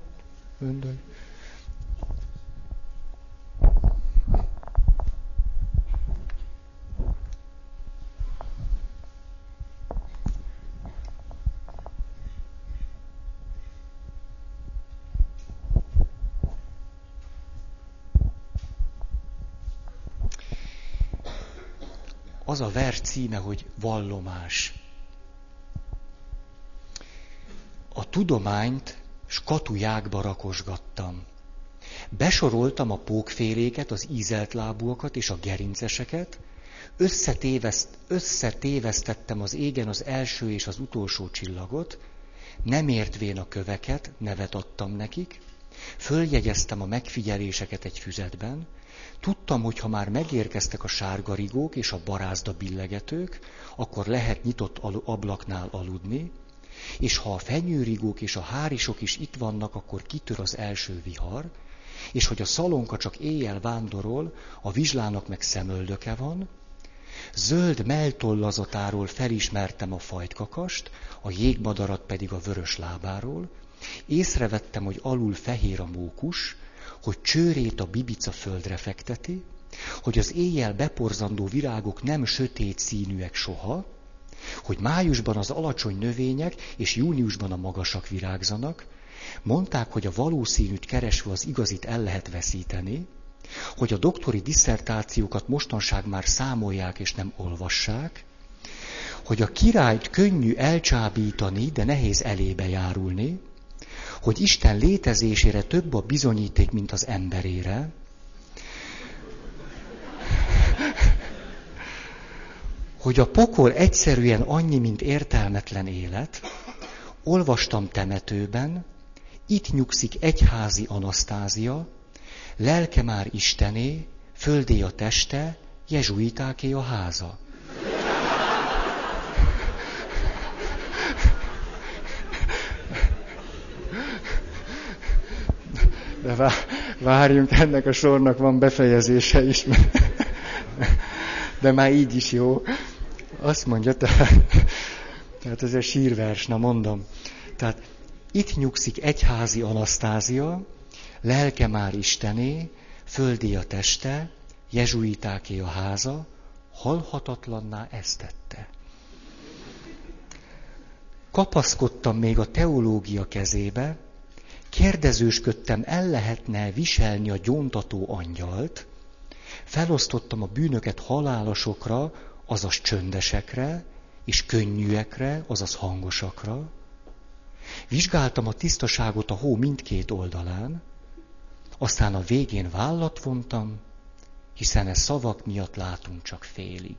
Az a vers címe, hogy vallomás. A tudományt skatujákba rakosgattam. Besoroltam a pókféléket, az ízelt lábúakat és a gerinceseket, összetévesztettem az égen az első és az utolsó csillagot, nem értvén a köveket, nevet adtam nekik, följegyeztem a megfigyeléseket egy füzetben, tudtam, hogy ha már megérkeztek a sárgarigók és a barázda billegetők, akkor lehet nyitott ablaknál aludni, és ha a fenyőrigók és a hárisok is itt vannak, akkor kitör az első vihar, és hogy a szalonka csak éjjel vándorol, a vizslának meg szemöldöke van, zöld melltollazatáról felismertem a fajtkakast, a jégmadarat pedig a vörös lábáról, észrevettem, hogy alul fehér a mókus, hogy csőrét a bibica földre fekteti, hogy az éjjel beporzandó virágok nem sötét színűek soha, hogy májusban az alacsony növények és júniusban a magasak virágzanak, mondták, hogy a valószínűt keresve az igazit el lehet veszíteni, hogy a doktori disszertációkat mostanság már számolják és nem olvassák, hogy a királyt könnyű elcsábítani, de nehéz elébe járulni, hogy Isten létezésére több a bizonyíték, mint az emberére, hogy a pokol egyszerűen annyi, mint értelmetlen élet. Olvastam temetőben, itt nyugszik egyházi Anasztázia, lelke már Istené, földé a teste, jezsuitáké a háza. De várjunk, ennek a sornak van befejezése is. De már így is jó. Azt mondja, tehát ez egy sírvers, na mondom. Tehát itt nyugszik egyházi Anasztázia, lelke már Istené, földé a teste, jezsuitáké a háza, halhatatlanná ezt tette. Kapaszkodtam még a teológia kezébe, kérdezősködtem, el lehetne viselni a gyóntató angyalt, felosztottam a bűnöket halálosokra, azaz csöndesekre, és könnyűekre, azaz hangosakra. Vizsgáltam a tisztaságot a hó mindkét oldalán, aztán a végén vállat vontam, hiszen e szavak miatt látunk csak félig.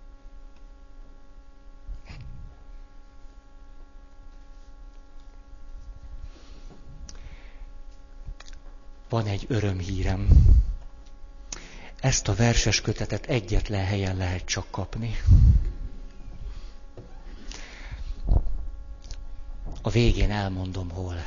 Van egy örömhírem. Ezt a verses kötetet egyetlen helyen lehet csak kapni. A végén elmondom, hol.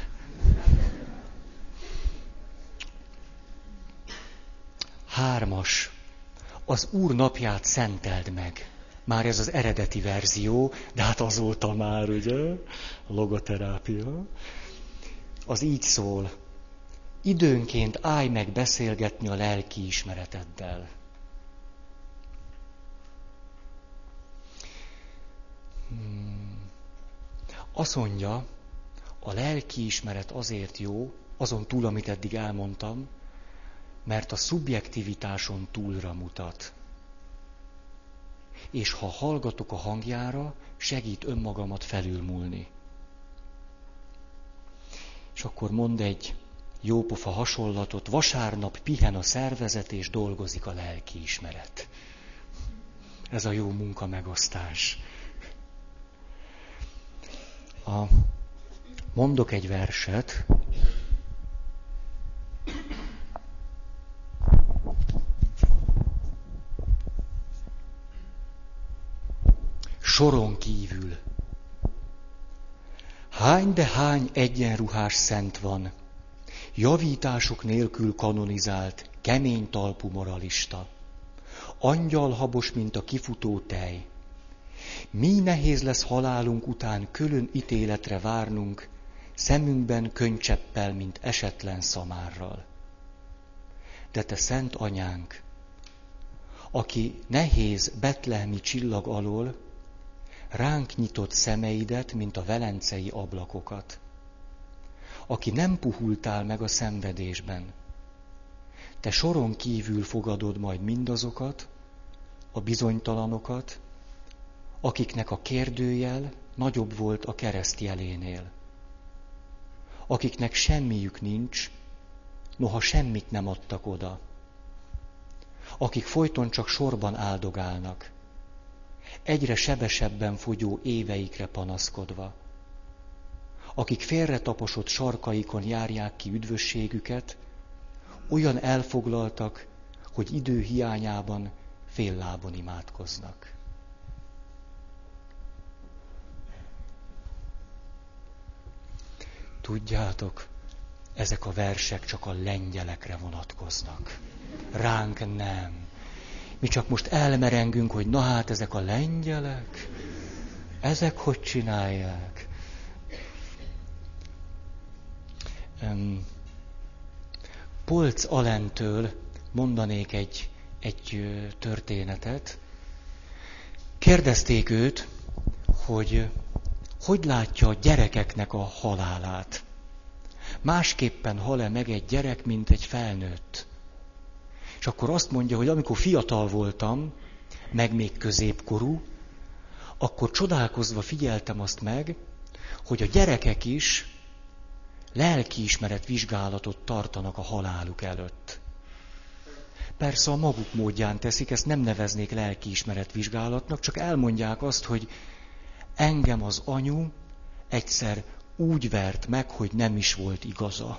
Hármas. Az Úr napját szenteld meg. Már ez az eredeti verzió, de hát azóta már, ugye, a logoterápia. Az így szól. Időnként állj meg beszélgetni a lelki ismereteddel. Azt mondja, a lelki ismeret azért jó, azon túl, amit eddig elmondtam, mert a szubjektivitáson túlra mutat. És ha hallgatok a hangjára, segít önmagamat felülmúlni. És akkor mond egy jópofa hasonlatot, vasárnap pihen a szervezet és dolgozik a lelkiismeret. Ez a jó munkamegosztás. Mondok egy verset. Soron kívül. Hány de hány egyenruhás szent van, javítások nélkül kanonizált, kemény talpú moralista. Angyalhabos, mint a kifutó tej. Mi nehéz lesz halálunk után külön ítéletre várnunk, szemünkben könycseppel, mint esetlen szamárral. De te szent anyánk, aki nehéz betlehemi csillag alól, ránk nyitott szemeidet, mint a velencei ablakokat. Aki nem puhultál meg a szenvedésben, te soron kívül fogadod majd mindazokat, a bizonytalanokat, akiknek a kérdőjel nagyobb volt a keresztjelénél. Akiknek semmiük nincs, noha semmit nem adtak oda. Akik folyton csak sorban áldogálnak, egyre sebesebben fogyó éveikre panaszkodva. Akik félretaposott sarkaikon járják ki üdvösségüket, olyan elfoglaltak, hogy idő hiányában fél lábon imádkoznak. Tudjátok, ezek a versek csak a lengyelekre vonatkoznak. Ránk nem. Mi csak most elmerengünk, hogy na hát ezek a lengyelek, ezek hogy csinálják? Polc Alentől mondanék egy történetet. Kérdezték őt, hogy látja a gyerekeknek a halálát. Másképpen hal-e meg egy gyerek, mint egy felnőtt? És akkor azt mondja, hogy amikor fiatal voltam, meg még középkorú, akkor csodálkozva figyeltem azt meg, hogy a gyerekek is lelkiismeret vizsgálatot tartanak a haláluk előtt. Persze a maguk módján teszik, ezt nem neveznék lelkiismeret vizsgálatnak, csak elmondják azt, hogy engem az anyu egyszer úgy vert meg, hogy nem is volt igaza.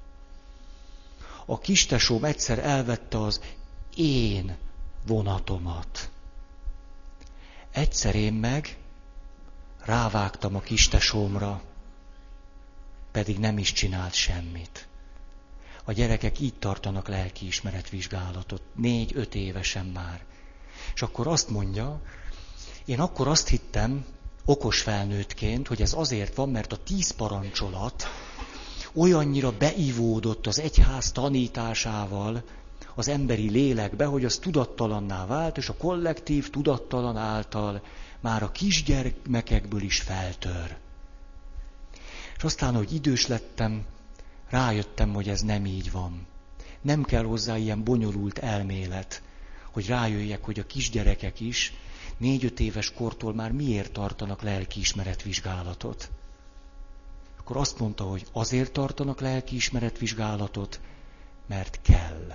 A kistesóm egyszer elvette az én vonatomat. Egyszer én meg rávágtam a kistesómra, pedig nem is csinált semmit. A gyerekek így tartanak lelkiismeretvizsgálatot, 4-5 évesen már. És akkor azt mondja, én akkor azt hittem, okos felnőttként, hogy ez azért van, mert a 10 parancsolat olyannyira beivódott az egyház tanításával az emberi lélekbe, hogy az tudattalanná vált, és a kollektív tudattalan által már a kisgyermekekből is feltör. És aztán, hogy idős lettem, rájöttem, hogy ez nem így van. Nem kell hozzá ilyen bonyolult elmélet, hogy rájöjjek, hogy a kisgyerekek is 4-5 éves kortól már miért tartanak lelkiismeretvizsgálatot. Akkor azt mondta, hogy azért tartanak lelkiismeretvizsgálatot, mert kell.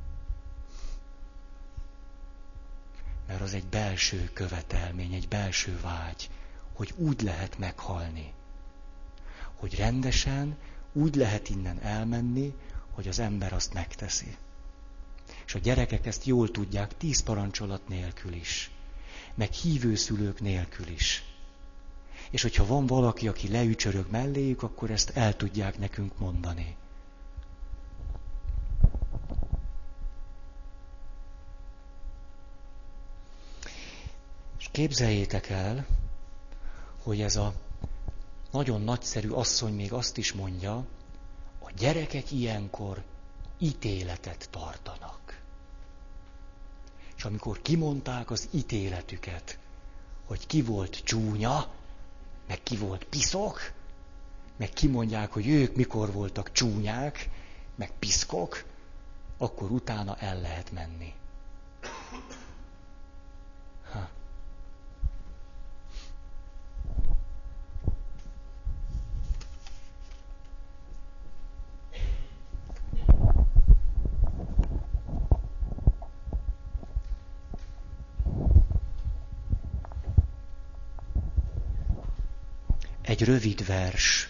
Mert az egy belső követelmény, egy belső vágy, hogy úgy lehet meghalni. Hogy rendesen, úgy lehet innen elmenni, hogy az ember azt megteszi. És a gyerekek ezt jól tudják 10 parancsolat nélkül is. Meg hívő szülők nélkül is. És hogyha van valaki, aki leücsörög melléjük, akkor ezt el tudják nekünk mondani. És képzeljétek el, hogy ez a nagyon nagyszerű asszony még azt is mondja, a gyerekek ilyenkor ítéletet tartanak. És amikor kimondták az ítéletüket, hogy ki volt csúnya, meg ki volt piszok, meg kimondják, hogy ők mikor voltak csúnyák, meg piszkok, akkor utána el lehet menni. Egy rövid vers.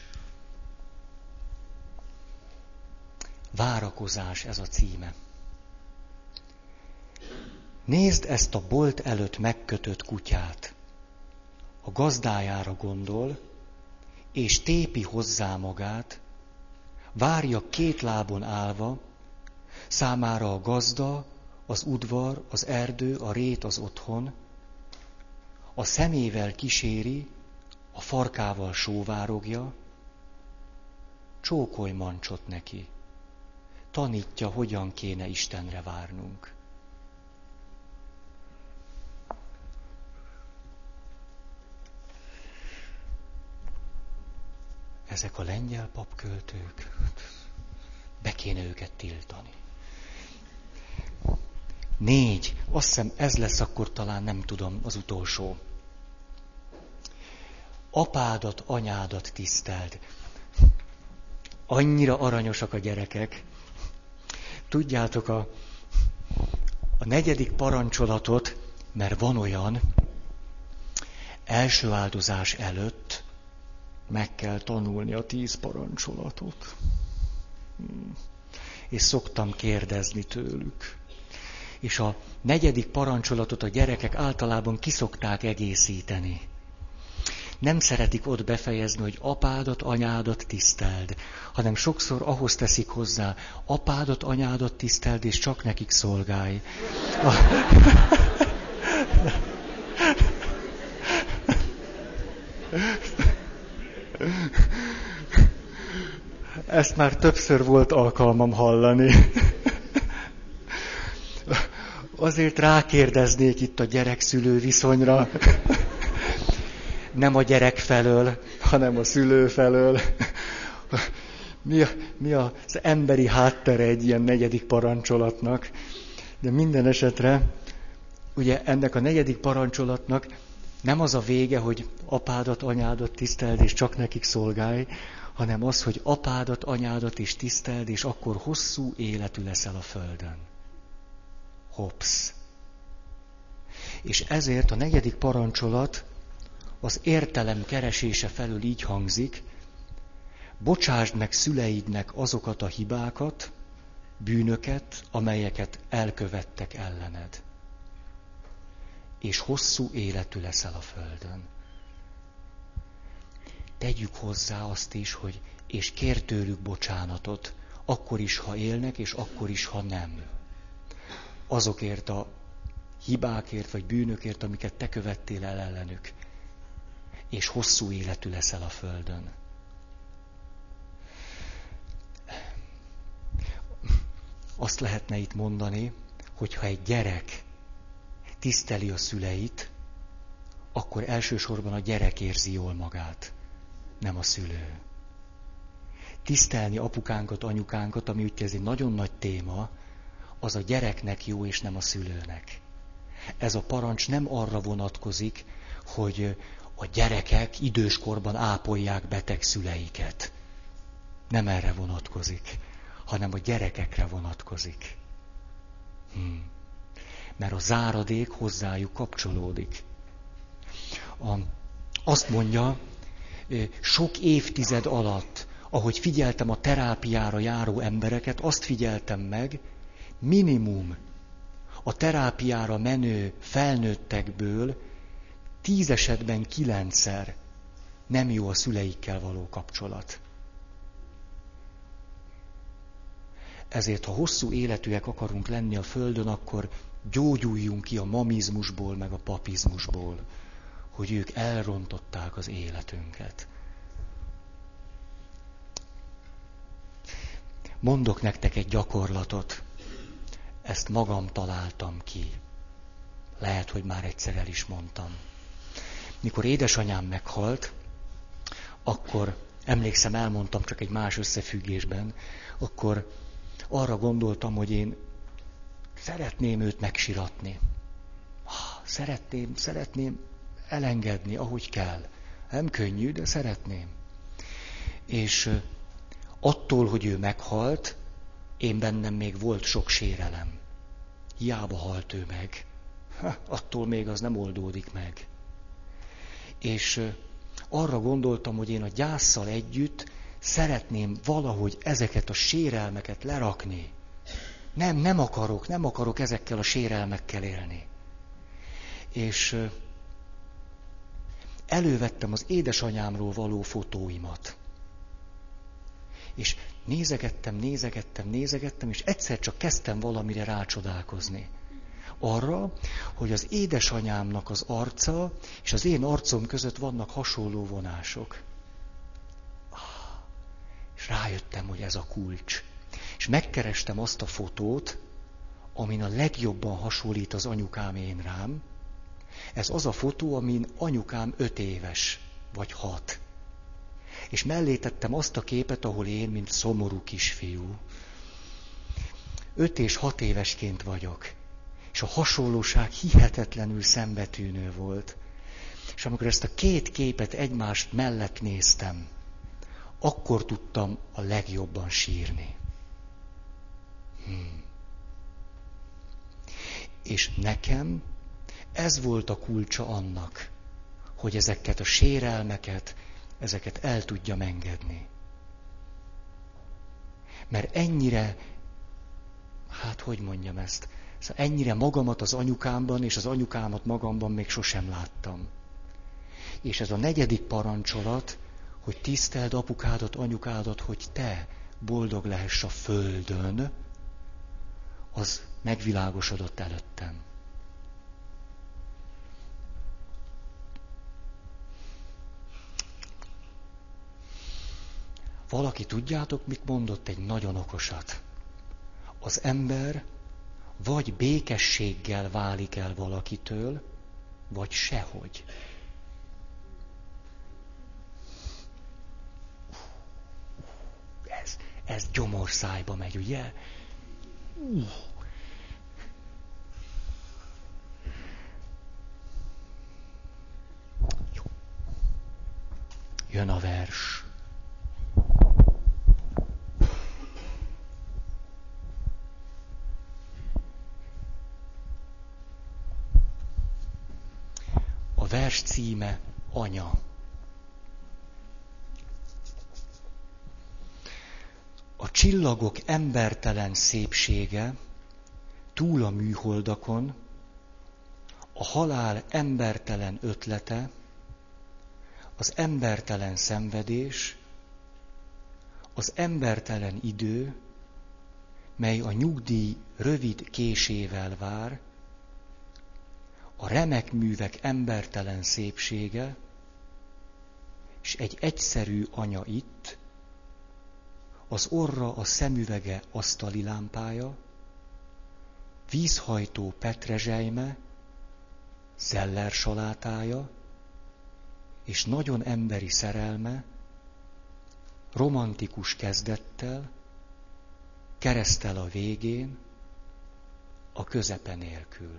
Várakozás ez a címe. Nézd ezt a bolt előtt megkötött kutyát. A gazdájára gondol, és tépi hozzá magát, várja 2 lábon állva, számára a gazda, az udvar, az erdő, a rét, az otthon, a szemével kíséri, a farkával sóvárogja, csókolj mancsot neki, tanítja, hogyan kéne Istenre várnunk. Ezek a lengyel papköltők, be kéne őket tiltani. 4, azt hiszem ez lesz akkor talán, nem tudom, az utolsó. Apádat, anyádat tiszteld. Annyira aranyosak a gyerekek. Tudjátok, a 4. parancsolatot, mert van olyan, első áldozás előtt meg kell tanulni a 10 parancsolatot. És szoktam kérdezni tőlük. És a 4. parancsolatot a gyerekek általában ki szokták egészíteni. nem szeretik ott befejezni, hogy apádat, anyádat tiszteld, hanem sokszor ahhoz teszik hozzá, apádat, anyádat tiszteld, és csak nekik szolgálj. Ezt már többször volt alkalmam hallani. Azért rákérdeznék itt a gyerek-szülő viszonyra. Nem a gyerek felől, hanem a szülő felől. Mi az emberi háttere egy ilyen 4. parancsolatnak? De minden esetre, ugye ennek a 4. parancsolatnak nem az a vége, hogy apádat, anyádat tiszteld, és csak nekik szolgálj, hanem az, hogy apádat, anyádat is tiszteld, és akkor hosszú életű leszel a földön. Hopsz. És ezért a 4. parancsolat az értelem keresése felől így hangzik: bocsásd meg szüleidnek azokat a hibákat, bűnöket, amelyeket elkövettek ellened. És hosszú életű leszel a földön. Tegyük hozzá azt is, hogy és kér tőlük bocsánatot, akkor is, ha élnek, és akkor is, ha nem. Azokért a hibákért, vagy bűnökért, amiket te követtél el ellenük. És hosszú életű leszel a földön. Azt lehetne itt mondani, hogy ha egy gyerek tiszteli a szüleit, akkor elsősorban a gyerek érzi jól magát, nem a szülő. Tisztelni apukánkat, anyukánkat, ami úgy ez egy nagyon nagy téma, az a gyereknek jó, és nem a szülőnek. Ez a parancs nem arra vonatkozik, hogy a gyerekek időskorban ápolják beteg szüleiket. Nem erre vonatkozik, hanem a gyerekekre vonatkozik. Mert a záradék hozzájuk kapcsolódik. Azt mondja, sok évtized alatt, ahogy figyeltem a terápiára járó embereket, azt figyeltem meg, minimum a terápiára menő felnőttekből 10 esetben 9-szer nem jó a szüleikkel való kapcsolat. Ezért, ha hosszú életűek akarunk lenni a Földön, akkor gyógyuljunk ki a mamizmusból, meg a papizmusból, hogy ők elrontották az életünket. Mondok nektek egy gyakorlatot. Ezt magam találtam ki. Lehet, hogy már egyszer el is mondtam. Mikor édesanyám meghalt, akkor emlékszem, elmondtam csak egy más összefüggésben, akkor arra gondoltam, hogy én szeretném őt megsiratni. Szeretném elengedni, ahogy kell. Nem könnyű, de szeretném. És attól, hogy ő meghalt, én bennem még volt sok sérelem. Hiába halt ő meg. Attól még az nem oldódik meg. És arra gondoltam, hogy én a gyásszal együtt szeretném valahogy ezeket a sérelmeket lerakni. Nem akarok ezekkel a sérelmekkel élni. És elővettem az édesanyámról való fotóimat. És nézegettem, és egyszer csak kezdtem valamire rácsodálkozni. Arra, hogy az édesanyámnak az arca és az én arcom között vannak hasonló vonások. És rájöttem, hogy ez a kulcs. És megkerestem azt a fotót, amin a legjobban hasonlít az anyukám én rám. Ez az a fotó, amin anyukám 5 éves, vagy 6. És mellé tettem azt a képet, ahol én, mint szomorú kisfiú. 5 és 6 évesként vagyok. És a hasonlóság hihetetlenül szembetűnő volt. És amikor ezt a 2 képet egymást mellett néztem, akkor tudtam a legjobban sírni. És nekem ez volt a kulcsa annak, hogy ezeket a sérelmeket, ezeket el tudjam engedni. Mert ennyire, hogy mondjam ezt, ennyire magamat az anyukámban és az anyukámat magamban még sosem láttam. És ez a 4. parancsolat, hogy tiszteld apukádat, anyukádat, hogy te boldog lehess a földön, az megvilágosodott előttem. Valaki, tudjátok, mit mondott? Egy nagyon okosat. Az ember vagy békességgel válik el valakitől, vagy sehogy. Ez gyomorszájba megy, ugye? Jön a vers. A vers címe Anya. A csillagok embertelen szépsége túl a műholdakon, a halál embertelen ötlete, az embertelen szenvedés, az embertelen idő, mely a nyugdíj rövid késével vár, a remek művek embertelen szépsége, és egy egyszerű anya itt, az orra a szemüvege asztali lámpája, vízhajtó petrezselyme, zeller salátája, és nagyon emberi szerelme, romantikus kezdettel, kereszttel a végén, a közepe nélkül.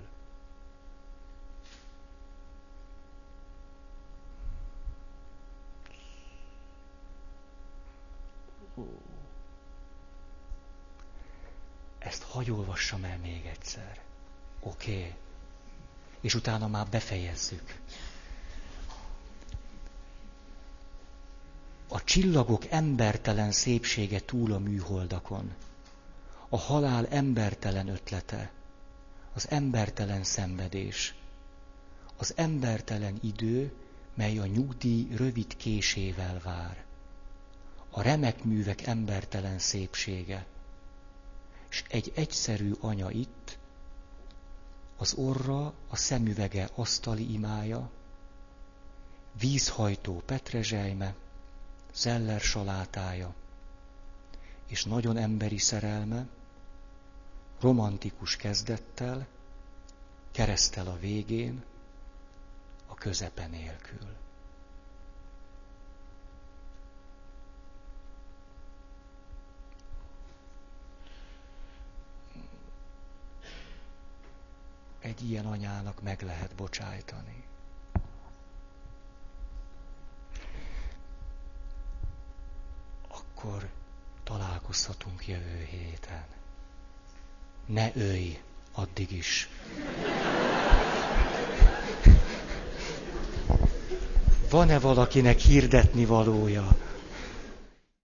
Ezt hadd olvassam el még egyszer. Oké. És utána már befejezzük. A csillagok embertelen szépsége túl a műholdakon. A halál embertelen ötlete. Az embertelen szenvedés. Az embertelen idő, mely a nyugdíj rövid késével vár. A remek művek embertelen szépsége. És egy egyszerű anya itt, az orra, a szemüvege asztali imája, vízhajtó petrezselyme, zeller salátája, és nagyon emberi szerelme, romantikus kezdettel, kereszttel a végén, a közepe nélkül. Egy ilyen anyának meg lehet bocsájtani. Akkor találkozhatunk jövő héten. Ne ölj addig is. Van-e valakinek hirdetni valója?